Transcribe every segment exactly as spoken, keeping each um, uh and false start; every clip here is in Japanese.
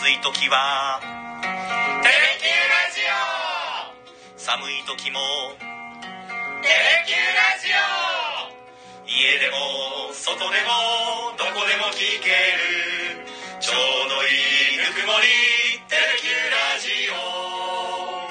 暑い時はテレキューラジオ、寒い時もテレキューラジオ、家でも外でもどこでも聞けるちょうどいいぬくもりテレキューラジオ。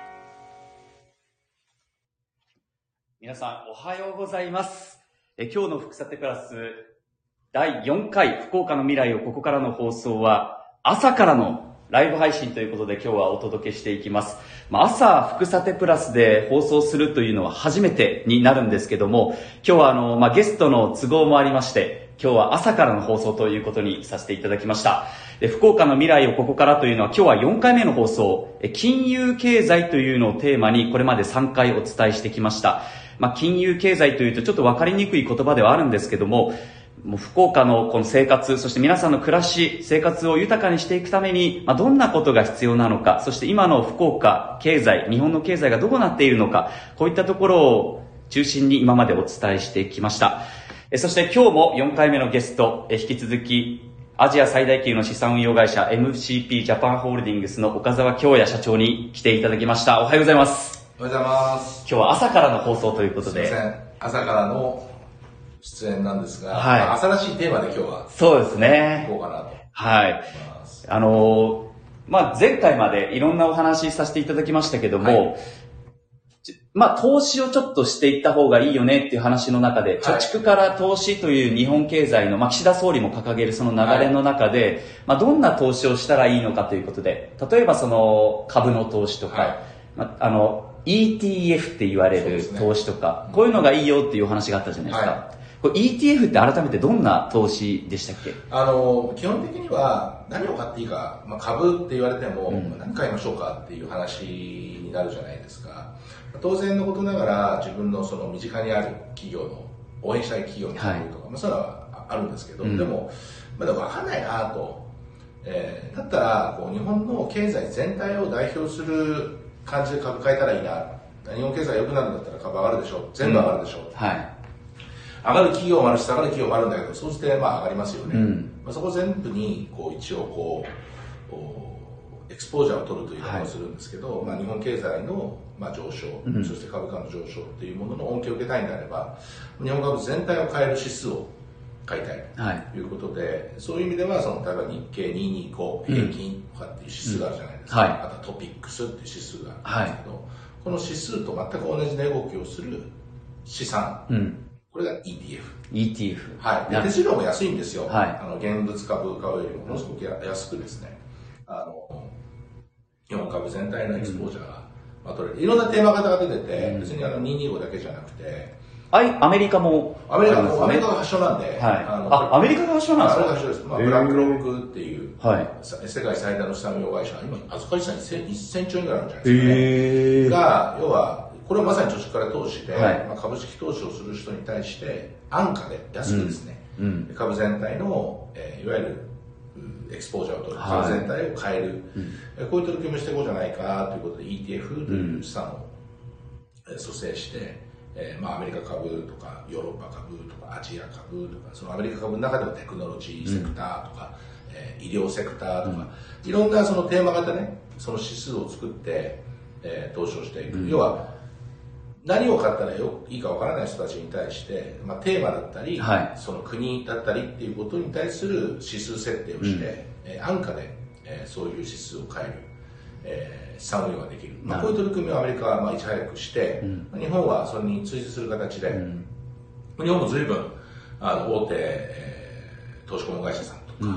皆さんおはようございます。え今日の福さてプラスだいよんかい福岡の未来をここからの放送は朝からのライブ配信ということで今日はお届けしていきます。まあ、朝福さてプラスで放送するというのは初めてになるんですけども、今日はあの、まあ、ゲストの都合もありまして今日は朝からの放送ということにさせていただきました。で福岡の未来をここからというのは今日はよんかいめの放送、金融経済というのをテーマにこれまでさんかいお伝えしてきました。まあ、金融経済というとちょっと分かりにくい言葉ではあるんですけども、もう福岡のこの生活、そして皆さんの暮らし、生活を豊かにしていくために、まあ、どんなことが必要なのか、そして今の福岡経済、日本の経済がどうなっているのか、こういったところを中心に今までお伝えしてきました。えそして今日もよんかいめのゲスト、え引き続きアジア最大級の資産運用会社 エムシーピー ジャパンホールディングスの岡澤京也社長に来ていただきました。おはようございます。 おはようございます。 今日は朝からの放送ということで。 すいません。朝からの出演なんですが、 はい、 まあ、朝らしいテーマで今日は。 そうですね。 いこうかなと。 はい。あのー、まあ、前回までいろんなお話しさせていただきましたけども、はい、まあ、投資をちょっとしていった方がいいよねっていう話の中で、貯蓄から投資という日本経済の、まあ、岸田総理も掲げるその流れの中で、はい、まあ、どんな投資をしたらいいのかということで、例えばその株の投資とか、はい、まあ、あの、イーティーエフ って言われる投資とか、ね、こういうのがいいよっていうお話があったじゃないですか。はい、これ イーティーエフ って改めてどんな投資でしたっけ？ あの、基本的には何を買っていいか、まあ、株って言われても、うん、何買いましょうかっていう話になるじゃないですか。当然のことながら自分のその身近にある企業の応援したい企業の株とか、はい、まあ、そういうのはあるんですけど、うん、でもまだ分かんないなと、えー、だったらこう日本の経済全体を代表する感じで株買えたらいいな。日本経済が良くなるんだったら株上がるでしょ、全部上がるでしょ、うん、はい、上がる企業もあるし下がる企業もあるんだけど、そうしてまあ上がりますよね、うん、まあ、そこ全部にこう一応こうエクスポージャーを取るという言い方をするんですけど、はい、まあ、日本経済のまあ上昇、うん、そして株価の上昇というものの恩恵を受けたいんであれば、日本株全体を変える指数を買いたいということで、はい、そういう意味ではその例えば日経にひゃくにじゅうご平均とかっていう指数があるじゃないですか、うん、はい、あとトピックスっていう指数があるんですけど、はい、この指数と全く同じ値動きをする資産、うん、これが イーティーエフ。 イーティーエフ。 はい。で手数料も安いんですよ。はい。あの、現物株買うよりもものすごく安くですね、あの、日本株全体のエクスポージャーが、まあ、取れる。いろんなテーマ型が出てて、うん、別にあのにひゃくにじゅうごだけじゃなくて、 あい、アメリカも、 アメリカも、アメリカが発祥なんで、はい。 あの、あ、アメリカが発祥なんですか？ アメリカが発祥です。まあ、ブラックロックっていう、はい。世界最大の資産運用会社、今、預かり資産せんちょうえんぐらいあるんじゃないですかね。が、要は、これはまさに貯蓄から投資で、はい、まあ、株式投資をする人に対して安価で安くですね、うんうん、株全体の、えー、いわゆるエクスポージャーを取る、はい、株全体を変える、うん、こういう取り組みをしていこうじゃないかということで イーティーエフ という資産を、うん、蘇生して、えーまあ、アメリカ株とかヨーロッパ株とかアジア株とか、そのアメリカ株の中でもテクノロジーセクターとか、うん、えー、医療セクターとか、うん、いろんなそのテーマ型ね、その指数を作って、えー、投資をしていく、うん、要は何を買ったらよいいかわからない人たちに対して、まあ、テーマだったり、はい、その国だったりっていうことに対する指数設定をして、うん、えー、安価で、えー、そういう指数を変える、えー、資産運用ができる、まあ、こういう取り組みをアメリカはまあいち早くして、うん、日本はそれに追随する形で、うん、日本も随分あの大手、えー、投資顧問会社さんとか、うんうん、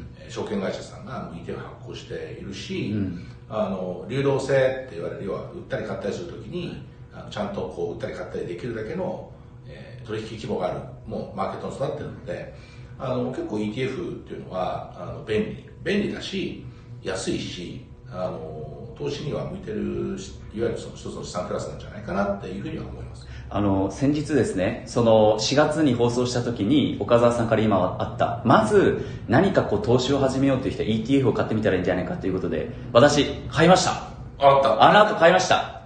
証券会社さんが イーティーエフ 発行しているし、うん、あの流動性って言われる、要は売ったり買ったりするときにあのちゃんとこう売ったり買ったりできるだけの、えー、取引規模がある、もうマーケットに育ってるので、あの結構 イーティーエフ っていうのはあの便利便利だし安いし、あの投資には向いてる、いわゆるその一つの資産クラスなんじゃないかなっていうふうには思います。 あの先日ですね、そのしがつに放送した時に岡澤さんから今あったまず何かこう投資を始めようという人は イーティーエフ を買ってみたらいいんじゃないかということで、私買いました。 あったあの後買いました。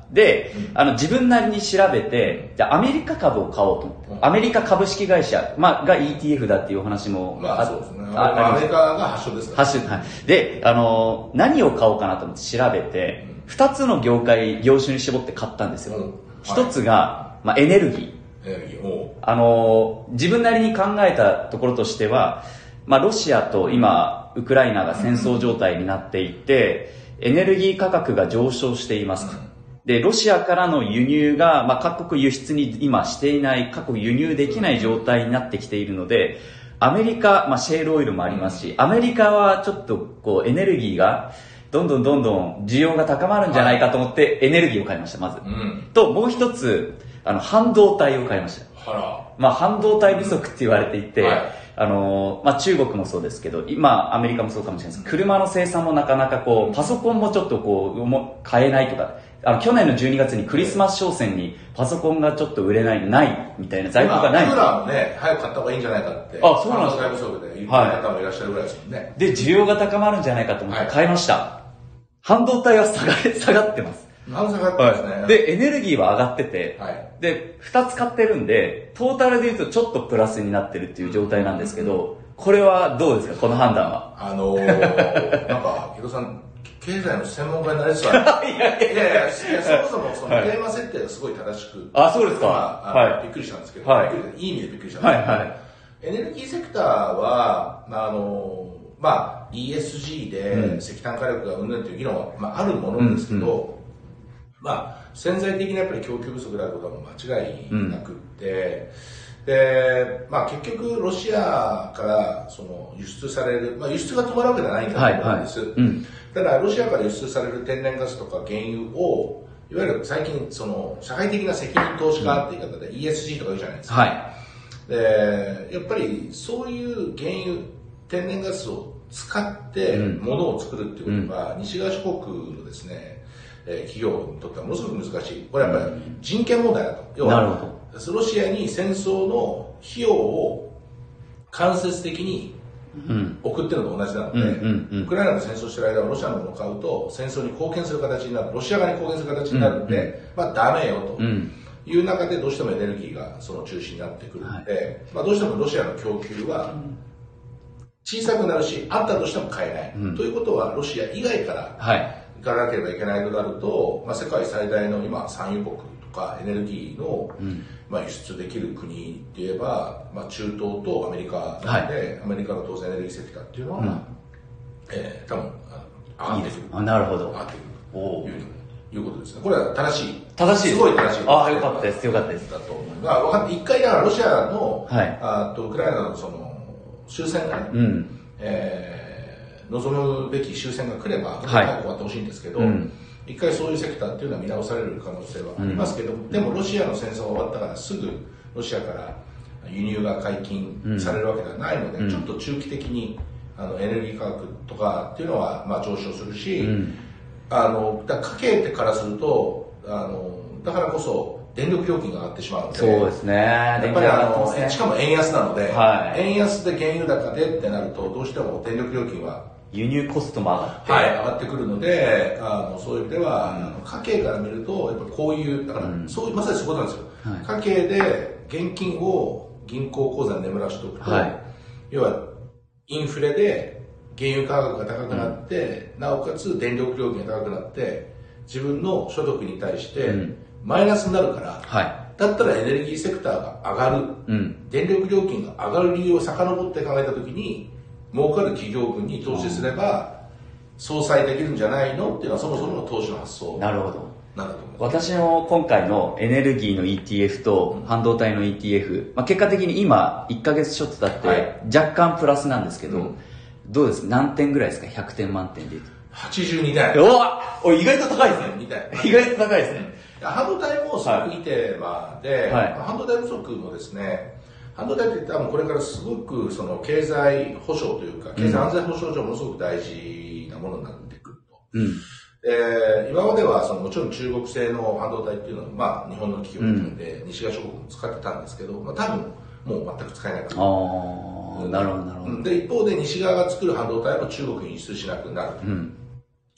で、うん、あの自分なりに調べて、じゃあアメリカ株を買おうと思って、うん、アメリカ株式会社、まあ、が イーティーエフ だっていうお話も、 まあそうですね。アメリカが発祥ですから、 ね。発祥、はい。で、あの、何を買おうかなと思って調べて、二、うん、つの業界、業種に絞って買ったんですよ。一、うん、つが、まあ、エネルギー。 エネルギー。 あの、自分なりに考えたところとしては、まあ、ロシアと今、ウクライナが戦争状態になっていて、エネルギー価格が上昇しています。で、ロシアからの輸入が、まあ、各国輸出に今していない、各国輸入できない状態になってきているので、アメリカ、まあ、シェールオイルもありますし、アメリカはちょっとこうエネルギーがどんどんどんどん需要が高まるんじゃないかと思ってエネルギーを買いました、まず。うん、と、もう一つ、あの、半導体を買いました。 はら。 まあ、半導体不足って言われていて、はい、あの、まあ、中国もそうですけど、今、アメリカもそうかもしれないです。車の生産もなかなかこう、パソコンもちょっとこう、買えないとか、あの、去年のじゅうにがつにクリスマス商戦にパソコンがちょっと売れない、ないみたいな在庫がない。 クーラーもね、早く買った方がいいんじゃないかって。 あ、そうなんですか。 半導体不足で言ってる方もいらっしゃるぐらいですもんね。 で、需要が高まるんじゃないかと思って買いました。はい、半導体は下が下がってます。 半導体下がってますね、 はい。で、エネルギーは上がってて、はい、で、二つ買ってるんで、トータルで言うとちょっとプラスになってるっていう状態なんですけど、うん、これはどうですか、この判断は。 あのー、なんか、木戸さん、経済の専門家になりそうだね。いやいやいやいや、そもそもそのテーマ設定がすごい正しく。 あ、そうですか。 はい。びっくりしたんですけど、はい、いい意味でびっくりしたんですけど、はいはい、エネルギーセクターは、あの、まあ、イーエスジー で石炭火力がうんぬんという議論は、まあ、あるものですけど、うんうん、まあ、潜在的なやっぱり供給不足であることはもう間違いなくって、うん、で、まあ結局ロシアからその輸出される、まあ輸出が止まるわけじゃないんだと思うんです。はいはい、うん、ただロシアから輸出される天然ガスとか原油を、いわゆる最近その社会的な責任投資家って言い方で イーエスジー とか言うじゃないですか。はい、で、やっぱりそういう原油、天然ガスを使って物を作るっていうことが、うん、西側諸国のですね、企業にとってはものすごく難しい。これはやっぱり人権問題だと。要は、ロシアに戦争の費用を間接的に送ってるのと同じなので、ウクライナが戦争してる間はロシアのものを買うと戦争に貢献する形になる、ロシア側に貢献する形になるので、うんうん、まあダメよという中でどうしてもエネルギーがその中心になってくるので、はい、まあどうしてもロシアの供給は小さくなるし、あったとしても買えない。うん、ということはロシア以外から、はい行かなければいけないとなると、まあ、世界最大の今産油国とかエネルギーの、うんまあ、輸出できる国って言えば、まあ、中東とアメリカなので、はい、アメリカの当然エネルギーセクターっていうのは、うんえー、多分上がってくる。 あ、なるほど。 上がってくるといういうことですね。これは正しい。 正しい。 すごい正しい。 ああ、よかったです。よかったです。 だと思う。まあ、分かって、一回だからロシアの、はい、あとウクライナのその終戦がね、うんえー望むべき終戦が来れば、早く終わってほしいんですけど、はいうん、一回そういうセクターっていうのは見直される可能性はありますけど、うん、でもロシアの戦争が終わったからすぐロシアから輸入が解禁されるわけではないので、うん、ちょっと中期的にあのエネルギー価格とかっていうのはまあ上昇するし、うん、あのだ家計ってからするとあのだからこそ電力料金が上がってしまうので、 そうですね。 やっぱりあの、ね、しかも円安なので、はい、円安で原油高でってなるとどうしても電力料金は輸入コストも上がって、 はい、上がってくるので、あのそういう意味では、うん、家計から見るとやっぱこういうだから、うん、そうまさにそういうことなんですよ。はい、家計で現金を銀行口座に眠らしておくと、はい、要はインフレで原油価格が高くなって、うん、なおかつ電力料金が高くなって自分の所得に対してマイナスになるから、はい、だったらエネルギーセクターが上がる、うん、電力料金が上がる理由を遡って考えたときに儲かる企業群に投資すれば相殺できるんじゃないのっていうのはそもそもの投資の発想なるほどなんだと思います。私の今回のエネルギーの イーティーエフ と半導体の イーティーエフ、まあ、結果的に今いっかげつちょっと経って若干プラスなんですけど、はい、どうです何点ぐらいですかひゃくてん満点でいうとはちじゅうにてん。 おお意外と高いですね。 にてん意外と高いですね。 半導体もすごくいいテーマで、はい、半導体不足もですね半導体って多分これからすごくその経済保障というか経済安全保障上ものすごく大事なものになってくると、うんえー、今まではそのもちろん中国製の半導体っていうのは、まあ、日本の企業なので、うん、西側諸国も使ってたんですけど、まあ、多分もう全く使えないからああなるほどなるほど。 で一方で西側が作る半導体も中国に輸出しなくなると、うん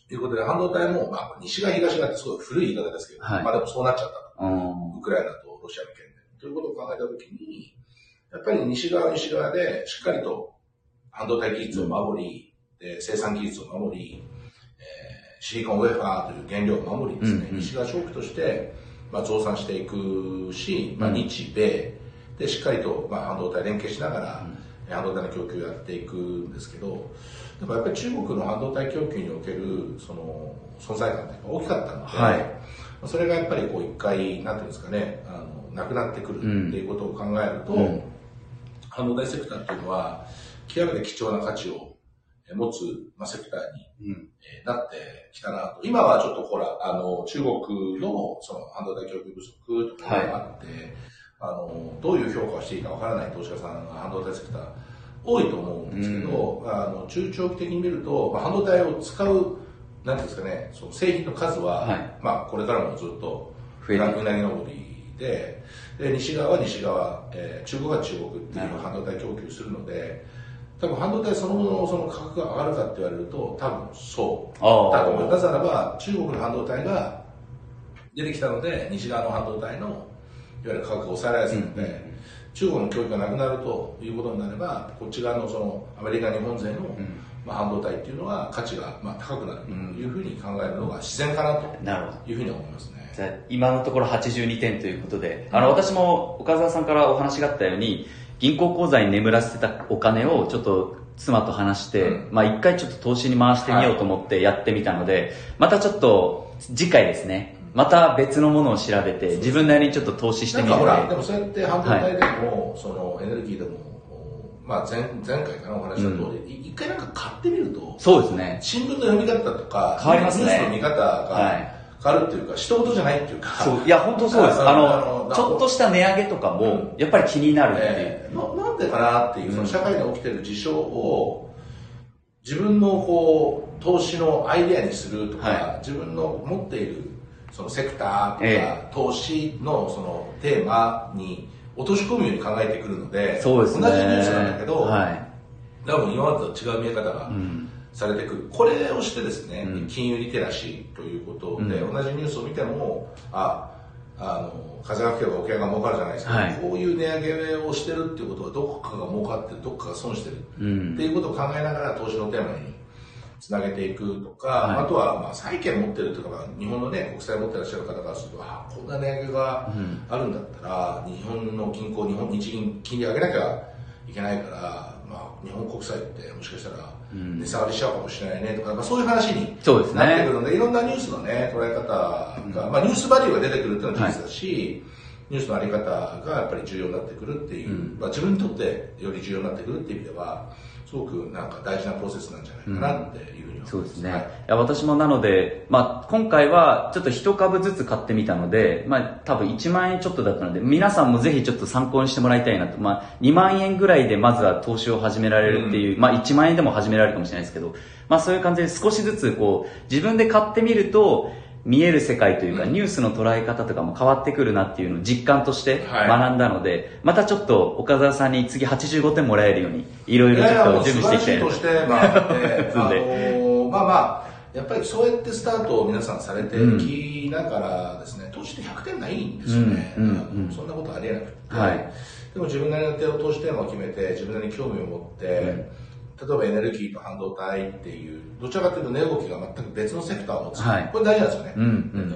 いうことで、半導体も、まあ、西側東側ってすごい古い言い方ですけど、はい、まあでもそうなっちゃったと。ウクライナとロシアの件で。ということを考えたときに、やっぱり西側は西側で、しっかりと半導体技術を守り、で生産技術を守り、えー、シリコンウェファーという原料を守りですね、うんうん、西側消費として、まあ、増産していくし、まあ、日米でしっかりと、まあ、半導体連携しながら、うん、半導体の供給をやっていくんですけど、でもやっぱり中国の半導体供給におけるその存在感って大きかったので、はい、それがやっぱりこう一回、なんていうんですかね、あのなくなってくるっていうことを考えると、うん、半導体セクターっていうのは極めて貴重な価値を持つ、まあ、セクターに、うんえー、なってきたなと。今はちょっとほら、あの、中国のその半導体供給不足とかがあって、はい、あの、どういう評価をしていいかわからない投資家さんが半導体セクター多いと思うんですけど、うん、あの中長期的に見ると、まあ、半導体を使う、なんていうんですかね、その製品の数は、はい、まあ、これからもずっとうなぎ登りで、で、西側は西側、えー、中国は中国っていう半導体供給するので、多分半導体そのもののその価格が上がるかって言われると、多分そうだと思います。なぜならば、中国の半導体が出てきたので、西側の半導体のいわゆる価格が抑えられやすいので、うん、中国の供給がなくなるということになれば、こっち側のそのアメリカ、日本勢の、うんまあ、半導体っていうのは価値がまあ高くなるというふうに考えるのが自然かなというふうに思いますね。 じゃあ今のところはちじゅうにてんということで、あの私も岡澤さんからお話があったように、銀行口座に眠らせてたお金をちょっと妻と話して、うん、まあ一回ちょっと投資に回してみようと思ってやってみたので、はい、またちょっと次回ですね、また別のものを調べて自分なりにちょっと投資してみる。 なんかほら、でもそうやって半導体でも、はい、そのエネルギーでも、まあ前前回かなお話した通り、一、うん、回なんか買ってみると、 そうですね。 新聞の読み方とか、 変わりますね。 ニュースの見方が、はい変わるっていうか、人事じゃないっていうか。 そう。いや、本当そうです。あの、ちょっとした値上げとかも、やっぱり気になるっていう。 えー、な, なんでかなっていう、その社会で起きてる事象を、自分のこう、投資のアイデアにするとか、はい、自分の持っている、そのセクターとか、えー、投資のそのテーマに落とし込むように考えてくるので、 そうですね。 同じニュースなんだけど、はい、多分今までと違う見え方が、うんされてくる。これをしてですね、うん、金融リテラシーということで、うん、同じニュースを見ても、あ、あの、風が吹けば桶屋が儲かるじゃないですか、はい、こういう値上げをしてるっていうことは、どこかが儲かってる、どこかが損してる、うん、っていうことを考えながら投資のテーマにつなげていくとか、はい、あとは、まあ、債券持ってるとか、日本のね、国債持ってらっしゃる方からすると、あ、こんな値上げがあるんだったら、うん、日本の銀行、日本日銀、金利上げなきゃいけないから、まあ、日本国債ってもしかしたら、値下がりしちゃうかもしれないねとか、まあ、そういう話になってくるので、いろんなニュースのね、捉え方が、うん、まあ、ニュースバリューが出てくるっていうのは事実だし、はい、ニュースのあり方がやっぱり重要になってくるっていう、うん、まあ、自分にとってより重要になってくるっていう意味では、すごくなんか大事なプロセスなんじゃないかなっていうふうに思います。 そうですね。はい、いや私もなので、まあ、今回はちょっと一株ずつ買ってみたので、まあ、多分いちまんえんちょっとだったので、皆さんもぜひちょっと参考にしてもらいたいなと。まあ、にまんえんぐらいでまずは投資を始められるっていう、うん、まあ、いちまんえんでも始められるかもしれないですけど、まあ、そういう感じで少しずつこう、自分で買ってみると、見える世界というか、ニュースの捉え方とかも変わってくるなっていうのを実感として学んだので、はい、またちょっと岡澤さんに次はちじゅうごてんもらえるように、いろいろちょっと準備していきたい。 として、まあ、えー、あのー、まあまあ、やっぱりそうやってスタートを皆さんされていきながらですね、投資ってひゃくてんがいいんですよね。うんうんうん、そんなことありえなくて、はい、でも自分なりの投資テーマを決めて、自分なりに興味を持って、うん例えばエネルギーと半導体っていう、どちらかというと値動きが全く別のセクターを持つ。はい、これ大事なんですよね。うんうん、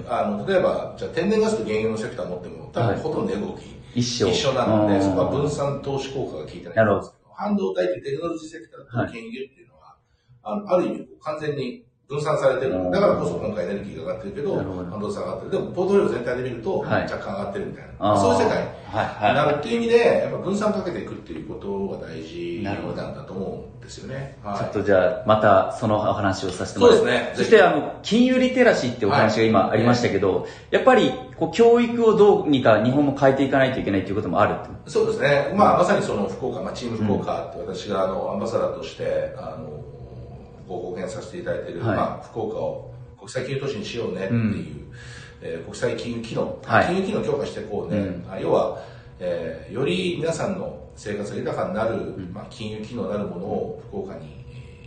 あの例えば、じゃあ天然ガスと原油のセクターを持っても、多分ほとんど値動き一緒,、一緒なので、そこは分散投資効果が効いてないんですけど、半導体ってテクノロジーセクターと原油っていうのは、はい、あのある意味完全に分散されてる。だからこそ今回エネルギーが上がってるけど、半導体が上がってる。でも、ポートフォリオ全体で見ると、若干上がってるみたいな。はい、そういう世界になるっていう意味で、やっぱ分散かけていくっていうことが大事なんだと思うんですよね。 はい、ちょっとじゃあ、またそのお話をさせてもらいます。 そうですね。 そして、あの、金融リテラシーってお話が今ありましたけど、はい、やっぱり、こう、教育をどうにか日本も変えていかないといけないということもあるってそうですね。まあ、まさにその福岡、まあ、チーム福岡って私があの、アンバサダーとして、あの、ご貢献させていただいている、はい、まあ、福岡を国際金融都市にしようねっていう、うんえー、国際金融機能、はい、金融機能を強化していこうね、うん、要は、えー、より皆さんの生活が豊かになる、うんまあ、金融機能なるものを福岡に、え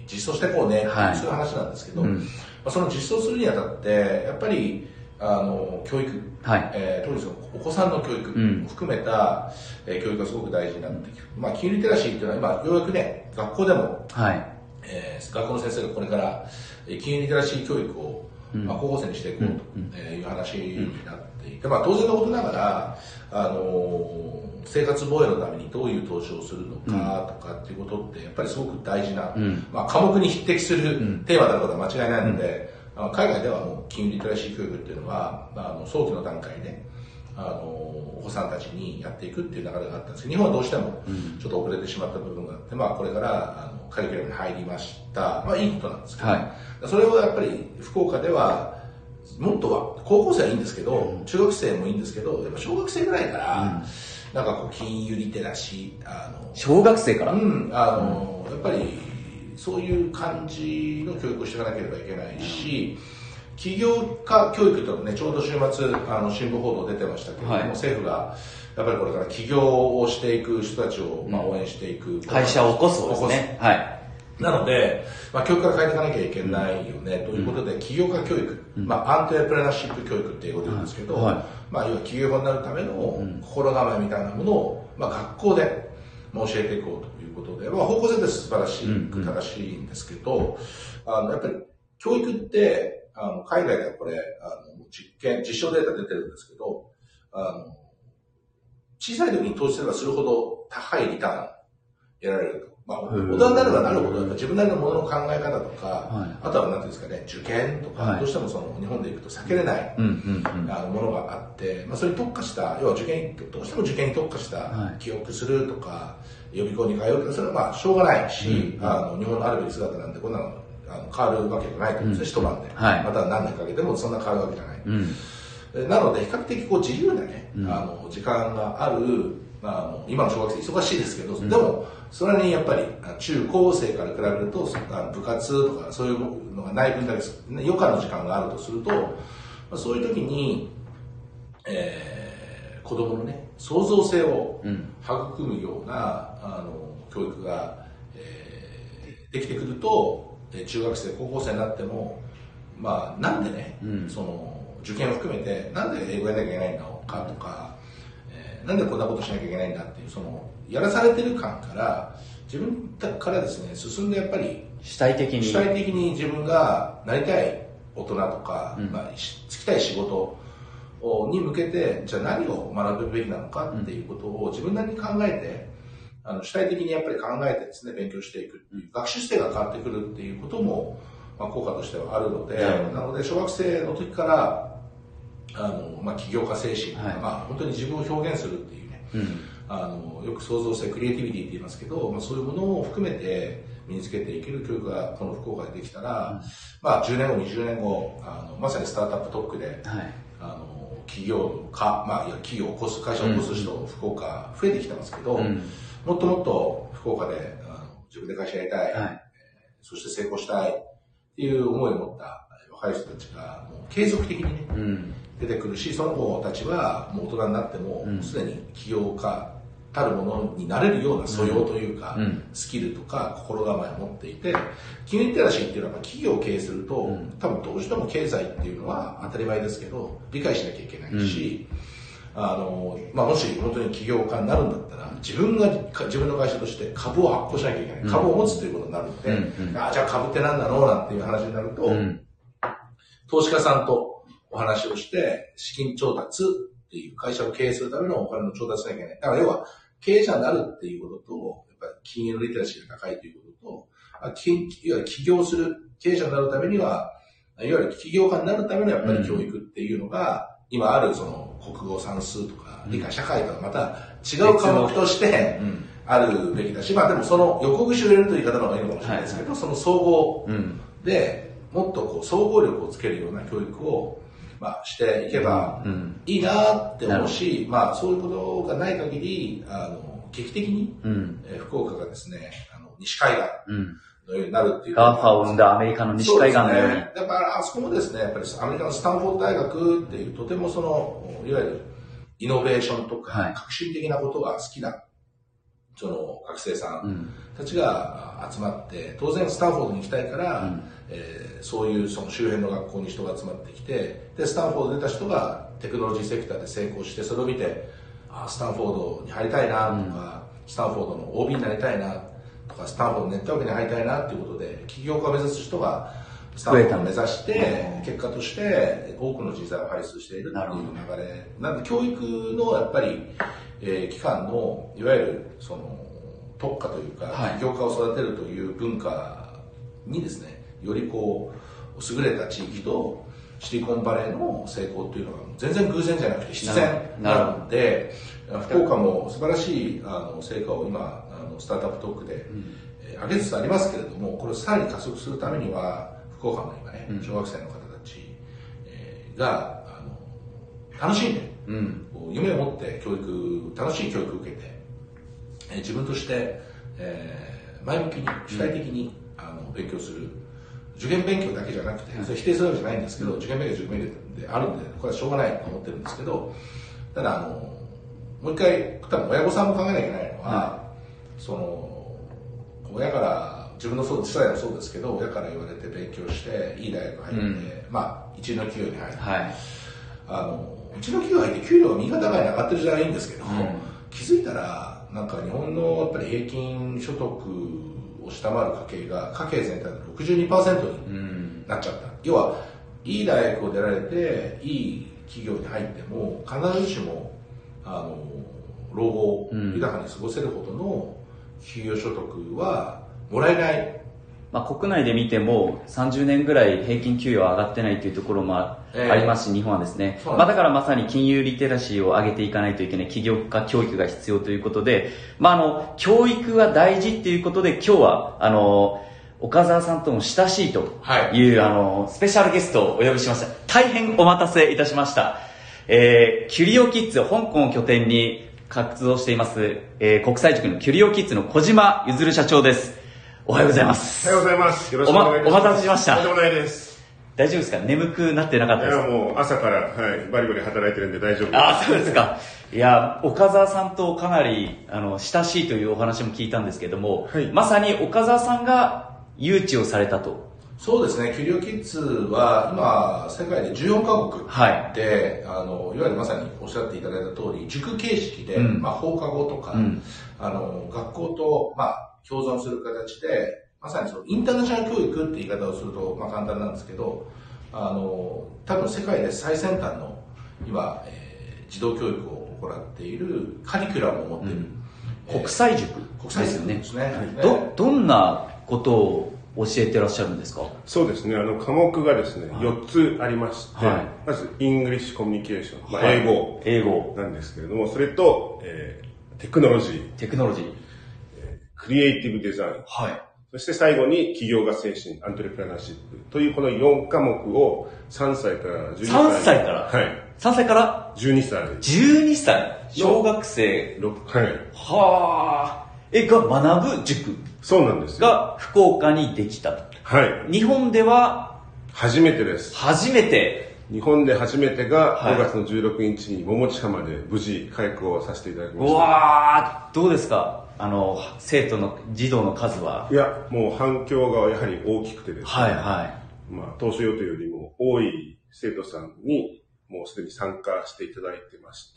実装してこうね、はい、そういう話なんですけど、うん、まあ、その実装するにあたって、やっぱり、あの、教育、はい、えー、特にそのお子さんの教育を含めた、うん、えー、教育がすごく大事になってくる。まあ、金融リテラシーっていうのは今、ようやくね、学校でも、はい、えー、学校の先生がこれから、金融リテラシー教育を、うん、まあ、高校生にしていこうという話になっていて、まあ、当然のことながら、あのー、生活防衛のためにどういう投資をするのかとかっていうことってやっぱりすごく大事な、うん、まあ、科目に匹敵するテーマであることは間違いないので、うん、海外ではもう金融リテラシー教育っていうのは、あの早期の段階で、あのお子さんたちにやっていくっていう流れがあったんですけど、日本はどうしてもちょっと遅れてしまった部分があって、まあ、これからあのカリキュラムに入りました。まあ、いいことなんですけど、はい、それをやっぱり福岡ではもっとは高校生はいいんですけど、中学生もいいんですけど、やっぱ小学生ぐらいから、うん、なんかこう金融リテラシー、あの小学生から、 うん、あの、うん、やっぱりそういう感じの教育をしていかなければいけないし、起業家教育というのもね、ちょうど週末あの新聞報道出てましたけれども、はい、政府がやっぱりこれから起業をしていく人たちを、まあ、応援していく、うん、 会社を起こすですね。はい。 なので、まあ、教育から変えていかなきゃいけないよね、うん、ということで、起業家教育、うん、まあ、アントレプレナーシップ教育って英語で言うんですけど、はい、まあ、要は起業家になるための心構えみたいなものを、まあ、学校で教えていこうということで、まあ、方向性で素晴らしく正しいんですけど、うん、あの、やっぱり教育って、あの、海外ではこれ、あの、実験、実証データ出てるんですけど、あの、小さい時に投資すればするほど高いリターン得られると。まあ、大人になればなるほど、やっぱ自分なりのものの考え方とか、はい、あとは何ていうんですかね、受験とか、はい、どうしてもその日本で行くと避けれない、うんうんうん、あのものがあって、まあ、それに特化した、要は受験、どうしても受験に特化した記憶するとか、予備校に通うとか、それはまあ、しょうがないし、うんうん、あの日本のあるべき姿なんで、こんなのあの変わるわけじゃないと思うんですね、うん、一晩で。はい、また何年かけてもそんな変わるわけじゃない。うん、なので、比較的こう自由なね、うん、あの時間がある、まあ、今の小学生忙しいですけど、うん、でも、それにやっぱり中高生から比べると、部活とかそういうのがない分だけ、余暇の時間があるとすると、まあ、そういう時に、えー、子供のね、創造性を育むような、あの教育が、えー、できてくると、中学生、高校生になっても、まあ、なんでね、うん、その受験を含めて、なんで英語やらなきゃいけないのかとか、なんでこんなことしなきゃいけないんだっていう、その、やらされてる感から、自分からですね、進んでやっぱり、 主体的に。 主体的に自分がなりたい大人とか、うん、まあ、つきたい仕事に向けて、じゃあ何を学ぶべきなのかっていうことを自分なりに考えて、あの主体的にやっぱり考えてですね、勉強していくっていう、学習姿勢が変わってくるっていうことも、まあ、効果としてはあるので、うん、なので、小学生の時から、あの、まあ、起業家精神、はい、まあ、本当に自分を表現するっていうね、うん、あの、よく創造性、クリエイティビティって言いますけど、まあ、そういうものを含めて身につけていける教育がこの福岡でできたら、うん、まあ、じゅうねんご、にじゅうねんご、あの、まさにスタートアップ特区で、はい、あの、企業家、まあ、いや、企業を起こす、会社を起こす人、うん、福岡増えてきてますけど、うん、もっともっと福岡で、あの自分で会社やりたい、はい、そして成功したいっていう思いを持った若い人たちが、もう継続的にね、うん出てくるし、その子たちはもう大人になっても、すで、うん、に起業家たるものになれるような素養というか、うん、スキルとか心構えを持っていて、金融リテラシーっていうのは企業を経営すると、うん、多分どうしても経済っていうのは当たり前ですけど、理解しなきゃいけないし、うん、あの、まあ、もし本当に起業家になるんだったら、自分が、自分の会社として株を発行しなきゃいけない。株を持つということになるので、うん、あじゃあ株って何なのなんていう話になると、うん、投資家さんとお話をして、資金調達っていう会社を経営するためのお金の調達しなきゃいけない。だから要は、経営者になるっていうことと、やっぱり金融リテラシーが高いということと、金いわゆる起業する経営者になるためには、いわゆる起業家になるためのやっぱり教育っていうのが、うん、今あるその国語算数とか理科社会とはまた違う科目としてあるべきだし、まあでもその横串を入れるという言い方の方がいいのかもしれないですけど、はい、その総合でもっとこう総合力をつけるような教育をまあ、していけばいいなって思うし、うん、まあ、そういうことがない限り、あの、劇的に、うんえー、福岡がですね、あの、西海岸のようになるっていう。 ガーファを生んだアメリカの西海岸のように。 ね、だから、あそこもですね、やっぱりアメリカのスタンフォード大学っていう、とてもその、いわゆる、イノベーションとか、革新的なことが好きなその学生さんたちが集まって、当然スタンフォードに行きたいから、うん、えー、そういうその周辺の学校に人が集まってきて、でスタンフォード出た人がテクノロジーセクターで成功して、それを見て、あスタンフォードに入りたいなとか、うん、スタンフォードの オービー になりたいなとか、スタンフォードネットワークに入りたいなということで、起業家を目指す人がスタンフォードを目指して、結果として多くの人材を輩出しているっていう流れなんで、教育のやっぱり、えー、機関のいわゆるその特化というか、はい、起業家を育てるという文化にですね、よりこう優れた地域とシリコンバレーの成功というのは全然偶然じゃなくて必然なので、福岡も素晴らしいあの成果を今あのスタートアップトークで、うん、えー、上げつつありますけれども、これをさらに加速するためには福岡の今ね、小学生の方たち、えー、があの楽しんで、うん、夢を持って教育楽しい教育を受けて、えー、自分として、えー、前向きに主体的に、うん、あの勉強する。受験勉強だけじゃなくて、それ否定するわけじゃないんですけど、受験勉強は受験勉強であるんで、これはしょうがないと思ってるんですけど、ただあのもう一回多分親御さんも考えなきゃいけないのは、うん、その親から自分のそう自体もそうですけど、親から言われて勉強していい大学入って、うん、まあ一流の企業に入って、はい、あの一流の企業に入って給料が右肩上がりに上がってる時代はいいんですけど、うん、気づいたらなんか日本のやっぱり平均所得を下回る家計が家計全体の ろくじゅうにパーセント になっちゃった、うん、要はいい大学を出られていい企業に入っても必ずしもあの老後豊かに過ごせるほどの企業所得はもらえない、 まあ、国内で見てもさんじゅうねんぐらい平均給与は上がってないというところもありますし、えー、日本はですね、まあ、だからまさに金融リテラシーを上げていかないといけない起業家教育が必要ということで、まあ、あの教育は大事っていうことで今日はあの岡澤さんとも親しいという、はい、あのスペシャルゲストをお呼びしました。大変お待たせいたしました、えー、キュリオキッズ香港を拠点に活動しています、えー、国際塾のキュリオキッズの小島ゆずる社長です。おはようございます。 おはようございます。よろしくお願いします。 お、ま、お待たせしました。 とんでもないです。 大丈夫ですか？眠くなってなかったですか？ いや、もう朝から、はい、バリバリ働いてるんで大丈夫です。 あ、そうですか。いや、岡澤さんとかなりあの親しいというお話も聞いたんですけども、はい、まさに岡澤さんが誘致をされたと。 そうですね、キュリオキッズは今世界でじゅうよんカ国で、はい、あのいわゆるまさにおっしゃっていただいた通り塾形式で、うん、まあ、放課後とか、うん、あの学校と、まあ、共存する形でまさにそのインターナショナル教育って言い方をすると、まあ、簡単なんですけど、あの多分世界で最先端の今、えー、児童教育を行っているカリキュラムを持っている、うん、 えー、国際塾国際塾ですね。 どどんなことを教えてらっしゃるんですか？ そうですね、あの科目がですね、はい、よっつありまして、はい、まずイングリッシュコミュニケーション、まあ、英語、英語なんですけれども、それと、えー、テクノロジーテクノロジー、 えー、クリエイティブデザイン、はい、そして最後に企業家精神、アントレプレナーシップというこのよん科目をさんさいからじゅうにさい。 さんさいから、はい、さんさいからじゅうにさい。 じゅうにさい小学生。 はい。 はあ。え、が学ぶ塾。 そうなんですよ。 が福岡にできたと。はい。日本では初めてです。 初めて。 日本で初めてがごがつのじゅうろくにちに桃地浜で無事開校させていただきました。 うわー、どうですか？あの生徒の児童の数は。 いや、もう反響がやはり大きくてですね、 はいはい、 まあ、当初予定よりも多い生徒さんにもうすでに参加していただいてまして、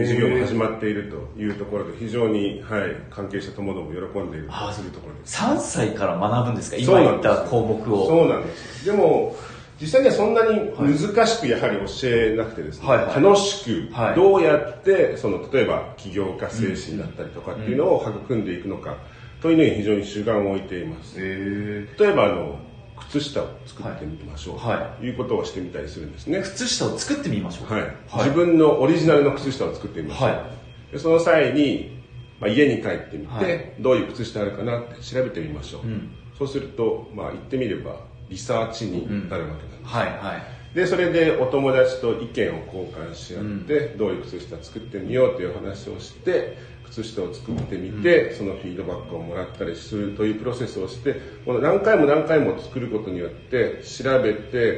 授業も始まっているというところで非常に、はい、関係者ともども喜んでいるというところです。 さんさいから学ぶんですか？今言った項目を。 そうなんです。でも実際にはそんなに難しくやはり教えなくてですね、はいはい、楽しくどうやってその例えば起業家精神だったりとかっていうのを育んでいくのかというのに非常に主眼を置いています。例えばあの靴下を作ってみましょう、はい、ということをしてみたりするんですね。 靴下を作ってみましょう、 はいはい、自分のオリジナルの靴下を作ってみましょう、はい、でその際に、まあ、家に帰ってみて、はい、どういう靴下あるかなって調べてみましょう、うん、そうすると、まあ、言ってみればリサーチになるわけなんです、うん、はいはい、でそれでお友達と意見を交換し合って、うん、どういう靴下作ってみようという話をして靴下を作ってみて、うん、そのフィードバックをもらったりするというプロセスをして、この何回も何回も作ることによって調べて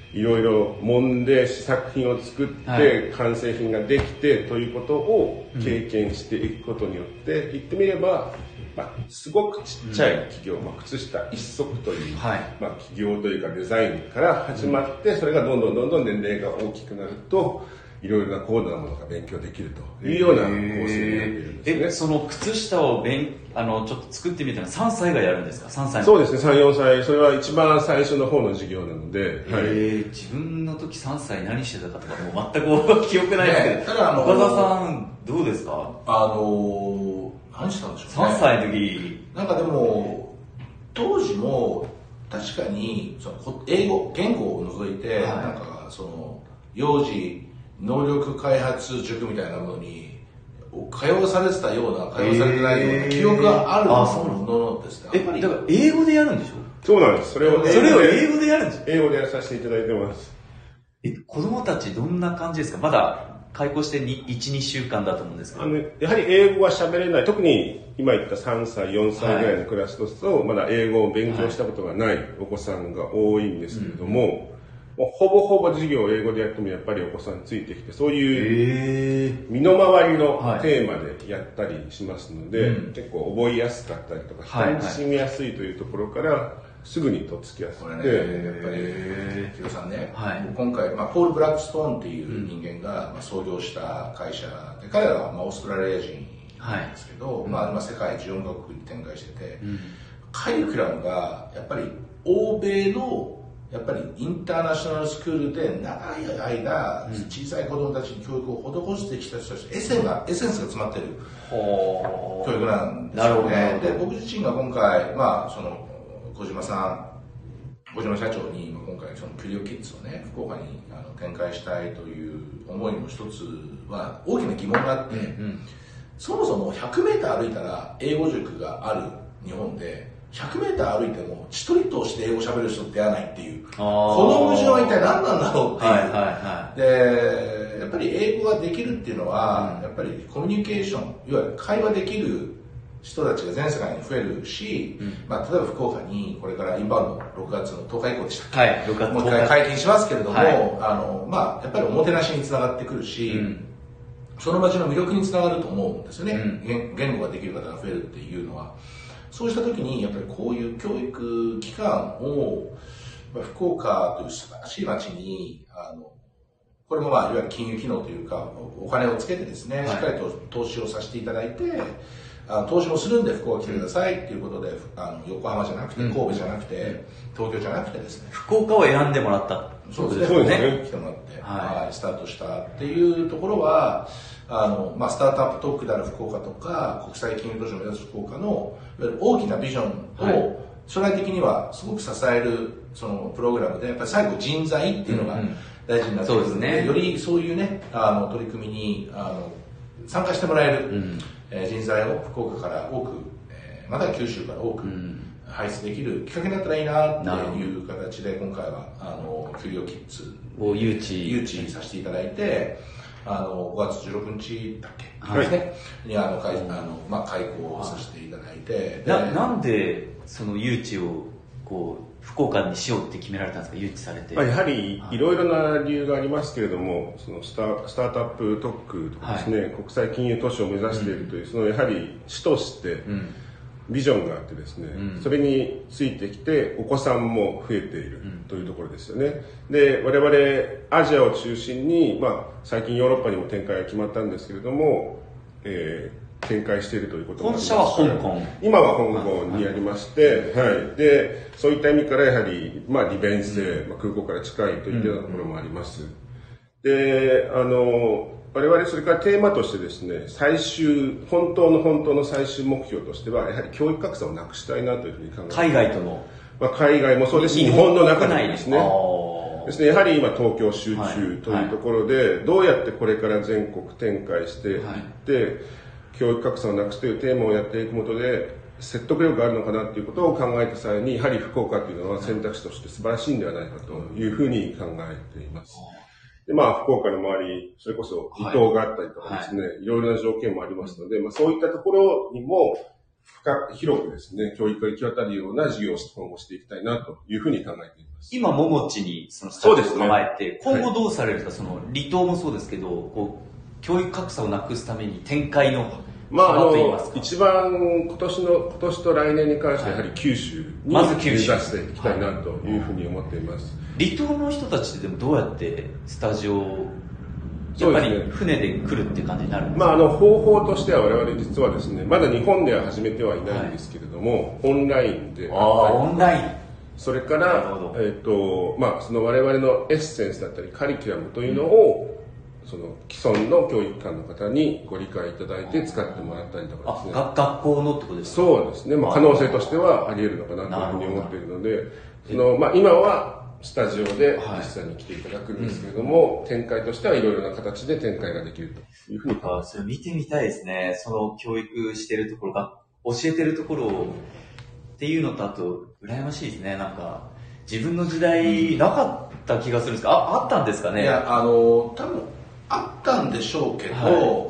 いろいろ揉んで試作品を作って完成品ができてということを経験していくことによって言ってみれば、まあ、すごくちっちゃい企業、まあ、靴下一足という、はい、まあ、企業というかデザインから始まって、それがどんどんどんどん年齢が大きくなるといろいろな高度なものが勉強できるというような構成になっているんですね。 え、その靴下を勉あのちょっと作ってみたのはさんさいがやるんですか？さんさいの。 そうですね、さん、よんさい。それは一番最初の方の授業なので、はい、 えー、自分の時さんさい何してたかとかもう全く記憶ないですけど、ね、 ただあの岡田さんどうですか？ あのー、何したんでしょうね。 さんさいの時なんかでも当時も確かにその英語言語を除いて、はい、なんかその幼児能力開発塾みたいなものに通わされてたような通わされてないような記憶があるものですね。 え、だから英語でやるんでしょ？ そうなんです。それをそれを英語でやるんですよ。 英語でやらさせていただいてます。 え、子供たちどんな感じですか？まだ開校していち、にしゅうかんだと思うんですけど。 あのやはり英語が喋れない、特に今言ったさんさい、よんさいぐらいのクラスですと、はい、まだ英語を勉強したことがないお子さんが多いんですけれども、はい、うん、もうほぼほぼ授業を英語でやってもやっぱりお子さんついてきて、そういう身の回りのテーマでやったりしますので、はい、うん、結構覚えやすかったりとか、親しみやすいというところから、すぐにとっつきやすくて、 ね、やっぱりヒロさんね、はい、今回、まあ、ポール・ブラックストーンっていう人間が、まあ、創業した会社で、彼らは、まあ、オーストラリア人なんですけど、はい、まあ、今世界じゅうよんかこくに展開してて、うん、カリキュラムがやっぱり欧米のやっぱりインターナショナルスクールで長い間、小さい子供たちに教育を施してきた人たち、エッセンが、エッセンスが詰まってる教育なんですよね。で、僕自身が今回、まあ、その、小島さん、小島社長に今回そのキュリオキッズをね、福岡にあの展開したいという思いの一つは大きな疑問があって、うんうん、そもそもひゃくメーター歩いたら英語塾がある日本で、ひゃくメーター歩いても一人通して英語を喋る人って出会わないっていう、この矛盾は一体何なんだろうっていう、はいはいはい、でやっぱり英語ができるっていうのは、うん、やっぱりコミュニケーション、いわゆる会話できる人たちが全世界に増えるし、うん、まあ、例えば福岡にこれからインバウンドろくがつのとおか以降でしたっけ、はい、ろくがつもう一回解禁しますけれども、はい、あのまあ、やっぱりおもてなしにつながってくるし、うん、その街の魅力につながると思うんですよね、うん、言語ができる方が増えるっていうのは。そうした時にやっぱりこういう教育機関を福岡という素晴らしい街に、あのこれもまあいわゆる金融機能というかお金をつけてですね、はい、しっかりと投資をさせていただいて、あの投資もするんで福岡来てくださいっていうことで、あの横浜じゃなくて神戸じゃなくて、うん、東京じゃなくてですね、 福岡を選んでもらったそうですね、ね、来てもらって、はいはい、スタートしたっていうところは、あのまあ、スタートアップ特区である福岡とか国際金融都市を目指す福岡のいわゆる大きなビジョンを将来的にはすごく支えるそのプログラムで、やっぱり最後人材っていうのが大事になってくるので、うんうん、よりそういうね、あの取り組みにあの参加してもらえる、うん、えー、人材を福岡から多く、えー、または九州から多く輩出できるきっかけになったらいいなっていう形で、今回はあのキュリオキッズを誘致誘致させていただいて、あのごがつじゅうろくにちだっけ、はい、ですね、にあの開あの、まあ、開講させていただいて、 ななんでその誘致をこう福岡にしようって決められたんですか？誘致されて。 まあ、やはりいろいろな理由がありますけれども、そのスタスタートアップ特区とかですね、はい、国際金融都市を目指しているという、うん、そのやはり市として、うん、ビジョンがあってですね、うん、それについてきてお子さんも増えているというところですよね。で、我々アジアを中心に、まあ、最近ヨーロッパにも展開が決まったんですけれども、えー展開しているということもありますから、 本社は香港、 今は香港にありまして、はい、はい、でそういった意味からやはり、まあ、利便性、うん、まあ、空港から近いといったようなところもあります。うん、で、あの我々それからテーマとしてですね、最終本当の本当の最終目標としてはやはり教育格差をなくしたいなというふうに考えて、 海外との、 まあ、海外もそうですし日本の中でもですね。ですね、やはり今東京集中というところで、はいはい、どうやってこれから全国展開していって、はい、教育格差をなくすというテーマをやっていくことで説得力があるのかなということを考えた際に、やはり福岡というのは選択肢として素晴らしいんではないかというふうに考えています。で、まあ、福岡の周り、それこそ離島があったりとかですね、はいはい、いろいろな条件もありますので、まあ、そういったところにも深く広くですね、教育が行き渡るような事業を今後していきたいなというふうに考えています。 今、ももちにそのスタジオを構えて、ね、今後どうされるか、はい、その離島もそうですけど、こう教育格差をなくすために展開のまあ、あの一番今年の今年と来年に関してはやはり九州に目指していきたいなというふうに思っています。 離島の人たちってでもどうやってスタジオをやっぱり船で来るっていう感じになるんですか？ まあ、あの方法としては我々実はですね、まだ日本では始めてはいないんですけれども、はい、オンラインでああオンラインそれから、えーとまあ、その我々のエッセンスだったりカリキュラムというのを、うんその既存の教育機関の方にご理解いただいて使ってもらったりとかですね。 あ、学校のってことですか？ そうですね。まあ、可能性としてはあり得るのかなというふうに思っているので、そのまあ、今はスタジオで実際に来ていただくんですけれども、はいうん、展開としてはいろいろな形で展開ができるというふうに。 あ、それ見てみたいですね。その教育してるところが、教えてるところをっていうのと、あと、羨ましいですね。なんか、自分の時代なかった気がするんですか？あ、あったんですかね？ いや、あの、多分、あったんでしょうけど、はい、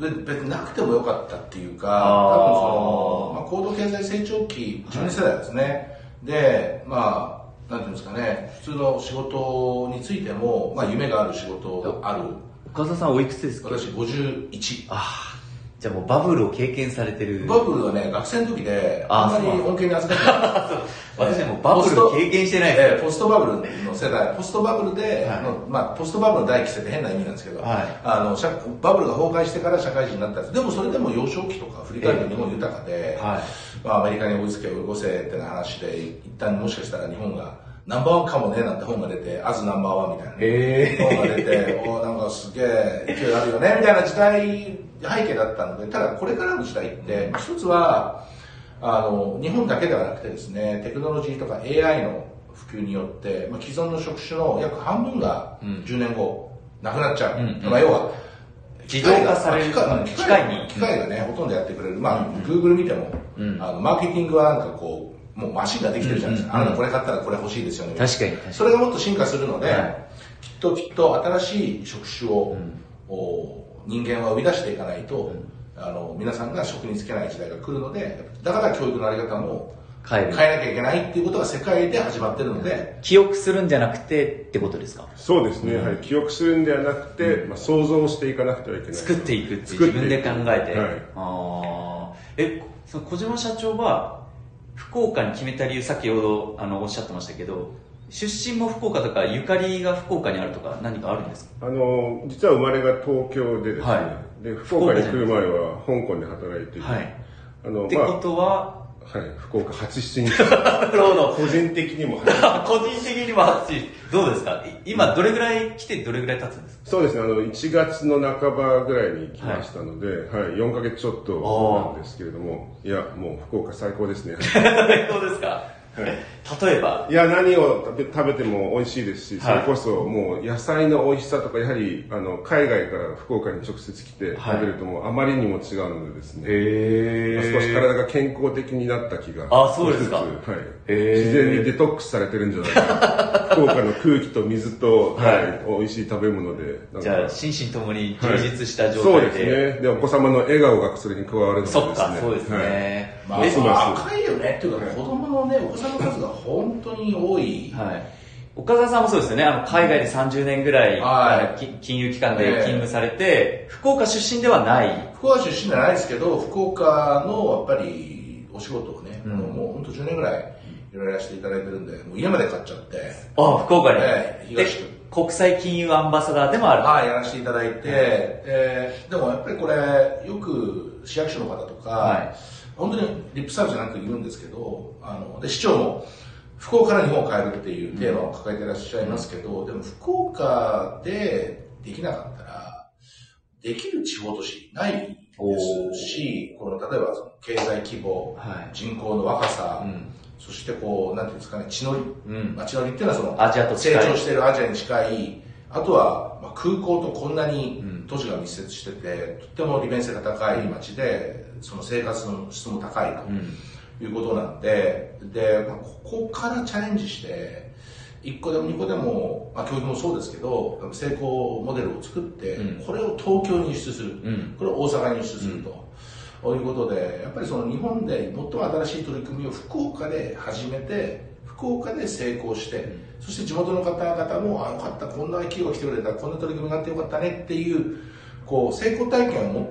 別になくてもよかったっていうか、多分その、まあ、高度経済成長期、じゅうに世代ですね。はい、で、まあ、なんていうんですかね、普通の仕事についても、まあ、夢がある仕事がある。 岡田さんおいくつですか？ 私ごじゅういち。 ああ。じゃあもうバブルを経験されてる。 バブルはね、学生の時で、あんまり恩恵に預かってない。 私はもうバブルを経験してないです。 ポストバブルの世代、ポストバブルで、はい、まあ、ポストバブルの第一期生って変な意味なんですけど、はい、あのバブルが崩壊してから社会人になったんです。でもそれでも幼少期とか振り返ると日本豊かで、はい、まあ、アメリカに追いつけ追い越せってな話で、一旦もしかしたら日本がナンバーワンかもねなんて本が出て、アズナンバーワンみたいな、ね、本が出て、おなんかすげえ勢いあるよねみたいな時代背景だったので、ただこれからの時代って一つはあの日本だけではなくてですね、テクノロジーとか エーアイ の普及によって、まあ、既存の職種の約半分がじゅうねんご、うん、なくなっちゃう、うんうん、まあ、要は自動化される機械機械に機械がねほとんどやってくれる、まあ、うん、Google 見ても、うん、あのマーケティングはなんかこうもうマシンができてるじゃないですか、うんうん、あなたこれ買ったらこれ欲しいですよね、 確かに確かにそれがもっと進化するので、はい、きっときっと新しい職種を、うん、人間は生み出していかないと、うんあの皆さんが職に就けない時代が来るので、だから教育のあり方も変える変えなきゃいけないっていうことが世界で始まってるので、 記憶するんじゃなくてってことですか？ そうですね、うん、はい、記憶するんではなくて、うんまあ、想像していかなくてはいけない、 作っていくっていう自分で考えて、はい、あえその小島社長は福岡に決めた理由、先ほどあのおっしゃってましたけど、出身も福岡とかゆかりが福岡にあるとか何かあるんですか？ あの実は生まれが東京でですね、はい、で福岡に来る前は香港で働いていて、はい、 あのってことは、 まあ、はい、福岡初出日なるほど個人的にも個人的にも初出日どうですか？今どれぐらい来てどれぐらい経つんですか？ そうですね、あのいちがつの半ばぐらいに来ましたので、はいはい、よんかげつちょっとなんですけれども、いやもう福岡最高ですね。 最高ですか？はい、例えばいや何を食べ、食べても美味しいですし、それこそもう野菜の美味しさとか、やはりあの海外から福岡に直接来て食べるともうあまりにも違うのでですね、 へ少し体が健康的になった気が、 あ、そうですか、 はい、自然にデトックスされてるんじゃないかな福岡の空気と水と、はいはい、美味しい食べ物で、 じゃあ心身ともに充実した状態で、 はい、そうですね。でお子様の笑顔がそれに加わるのでですね、 そっか、そうですね、 はい、まあ、若いよねっていうか、子供のねお子さんの数が本当に多い。 はい。岡澤さんもそうですよね。あの海外でさんじゅうねんぐらい、はい、金融機関で勤務されて、えー、福岡出身ではない。 福岡出身じゃないですけど、福岡のやっぱりお仕事をね、うん、もう本当じゅうねんぐらいいろいろやらせていただいてるんで、もう家まで買っちゃって。 あ、福岡に。 えー、東区。 国際金融アンバサダーでもある。 はい、やらせていただいて、うん、えー、でもやっぱりこれよく市役所の方とか、はい、本当にリップサービスじゃなくいるんですけど、あので市長も福岡から日本を変えるっていうテーマを抱えていらっしゃいますけど、うん、でも福岡でできなかったらできる地方都市ないですし、この例えばその経済規模、はい、人口の若さ、うん、そしてこうなんていうんですかね、地のり、うん、まあ、地のりっていうのはそのアジアと成長しているアジアに近い、あとはまあ空港とこんなに都市が密接してて、とっても利便性が高い街で、その生活の質も高いと。うんいうことなんで、で、まあ、ここからチャレンジして、いっこでもにこでも、まあ、教育もそうですけど、成功モデルを作って、うん、これを東京に輸出する、うん、これを大阪に輸出すると、 ということで、やっぱりその日本で最も新しい取り組みを福岡で始めて、福岡で成功して、そして地元の方々も、あ、よかった、こんな企業が来てくれた、こんな取り組みがあってよかったねっていう、こう、成功体験を持って、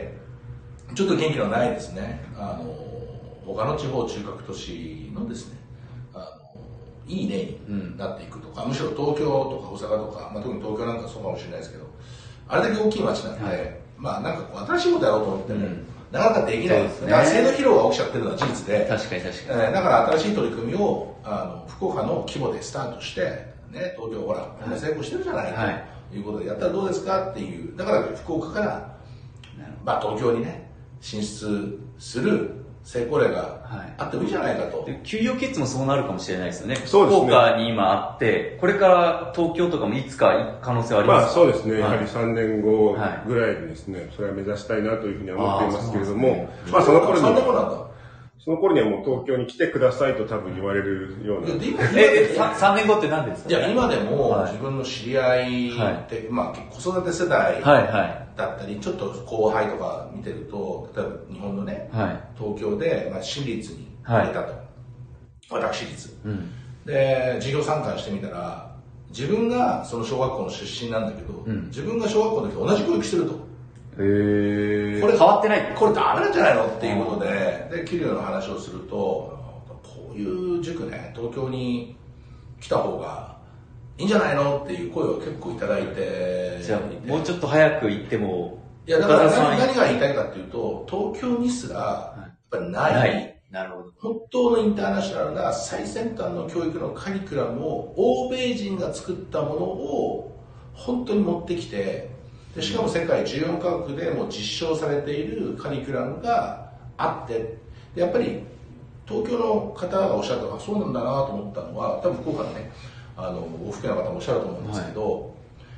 ちょっと元気のないですね、あの、他の地方中核都市のですね、あの、いい例になっていくとか、うん、むしろ東京とか大阪とか、まあ、特に東京なんかそうかもしれないですけど、あれだけ大きい街なんで、はい、まあなんかこう新しいことやろうと思っても、うん、なかなかできないですね。だから制度疲労が起きちゃってるのは事実で、 確かに確かに。 えー、だから新しい取り組みをあの福岡の規模でスタートして、ね、東京ほら、こんな成功してるじゃないか、はい、ということでやったらどうですかっていう、だから福岡から、まあ、東京にね、進出する成功例があってもいいじゃないかと。 給与キッズもそうなるかもしれないですよね。 そうですね。 福岡に今あって、これから東京とかもいつか行く可能性はありますか？ まあそうですね。やはりさんねんごぐらいにですね、それは目指したいなというふうには思っていますけれども、まあその頃にさんねんごなんだ。 その頃にはもう東京に来てくださいと多分言われるような。 え、さんねんごって何ですか？ いや、今でも自分の知り合いって、まあ子育て世代だったり、ちょっと後輩とか見てると、例えば日本のね、東京でまあ私立に入れたと。私立。で、授業参観してみたら、自分がその小学校の出身なんだけど、自分が小学校の時と同じ教育してると。 へー、これ変わってない。 これダメなんじゃないのっていうことで、で、給料の話をすると、こういう塾ね、東京に来た方がいいんじゃないのっていう声を結構いただいて。 じゃあ、もうちょっと早く行っても。 いや、だから何、何が言いたいかっていうと、東京にすら、やっぱりない。ない。 なるほど。 本当のインターナショナルな最先端の教育のカリキュラムを欧米人が作ったものを本当に持ってきて、でしかも世界じゅうよんカ国でも実証されているカリキュラムがあって、やっぱり東京の方がおっしゃったのはそうなんだなと思ったのは、多分福岡のね、あのご父兄の方もおっしゃると思うんですけど、はい、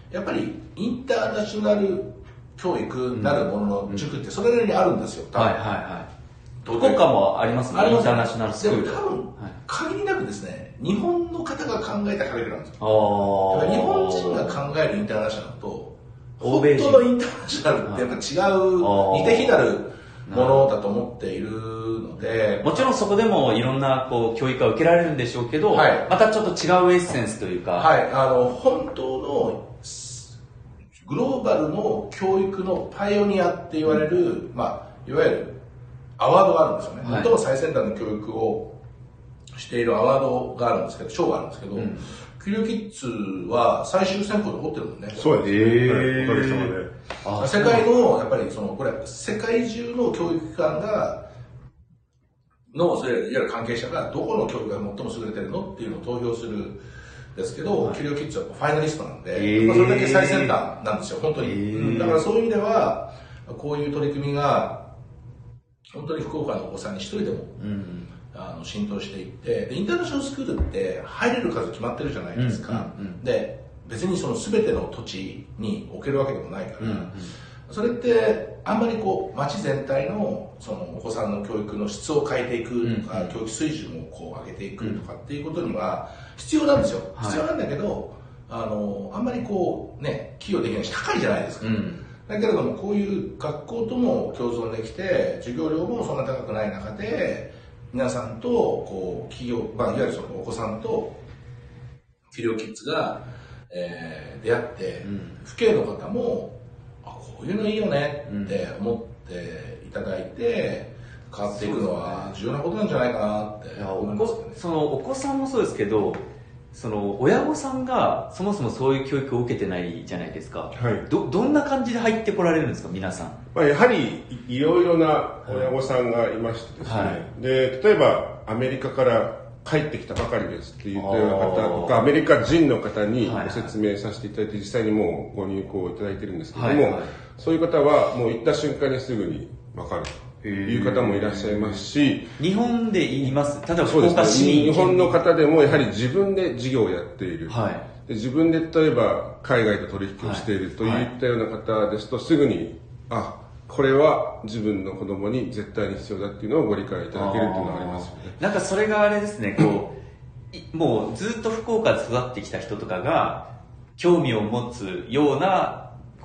やっぱりインターナショナル教育なるものの塾ってそれなりにあるんですよ、多分。 はいはいはい。福岡もありますね、インターナショナルスクール。 でも多分、限りなくですね、日本の方が考えたカリキュラムなんですよ。だから日本人が考えるインターナショナルと、本当のインターナショナルってやっぱ違う、似て非なるものだと思っているので。 もちろんそこでもいろんなこう教育が受けられるんでしょうけど、はい、またちょっと違うエッセンスというか。 はい、あの、本当のグローバルの教育のパイオニアって言われる、うん、まあ、いわゆるアワードがあるんですよね。はい、最も最先端の教育をしているアワードがあるんですけど、賞があるんですけど、うんキュリオキッズは最終選考で残ってるもんね。 そうです。えー、おかげさまで。世界の、やっぱりその、これ、世界中の教育機関が、の、それいわゆる関係者が、どこの教育が最も優れてるのっていうのを投票するんですけど、はい、キュリオキッズはファイナリストなんで、えーまあ、それだけ最先端なんですよ、本当に。えー、だからそういう意味では、こういう取り組みが、本当に福岡のお子さんに一人でも、うんあの浸透していってでインターナショナルスクールって入れる数決まってるじゃないですか、うんうんうん、で別にその全ての土地に置けるわけでもないから、うんうん、それってあんまりこう町全体のそのお子さんの教育の質を変えていくとか、うんうん、教育水準をこう上げていくとかっていうことには必要なんですよ、うん、必要なんだけど、はい、あのあんまりこうね寄与できないし高いじゃないですか、うんだけれどもこういう学校とも共存できて授業料もそんな高くない中で皆さんとこう企業、まあ、いわゆるそのお子さんとキュリオキッズが、えー、出会って、うん、父兄の方もあこういうのいいよねって思っていただいて、うん、変わっていくのは重要なことなんじゃないかなって思いますよね。 そのお子さんもそうですけどその親御さんがそもそもそういう教育を受けてないじゃないですか、はい、ど, どんな感じで入ってこられるんですか皆さん。 まあ、やはりいろいろな親御さんがいましてですね、はい、で例えばアメリカから帰ってきたばかりですって言ったような方とかアメリカ人の方にご説明させていただいて実際にもうご入校いただいてるんですけども、はいはい、そういう方はもう行った瞬間にすぐに分かるという方もいらっしゃいますし、 日本で言います例えばそうですね、日本の方でもやはり自分で事業をやっている、はい、で自分で例えば海外と取引をしているといったような方ですとすぐにあこれは自分の子供に絶対に必要だっていうのをご理解いただけるっていうのはありますよね。 なんかそれがあれですねこうもうずっと福岡で育ってきた人とかが興味を持つような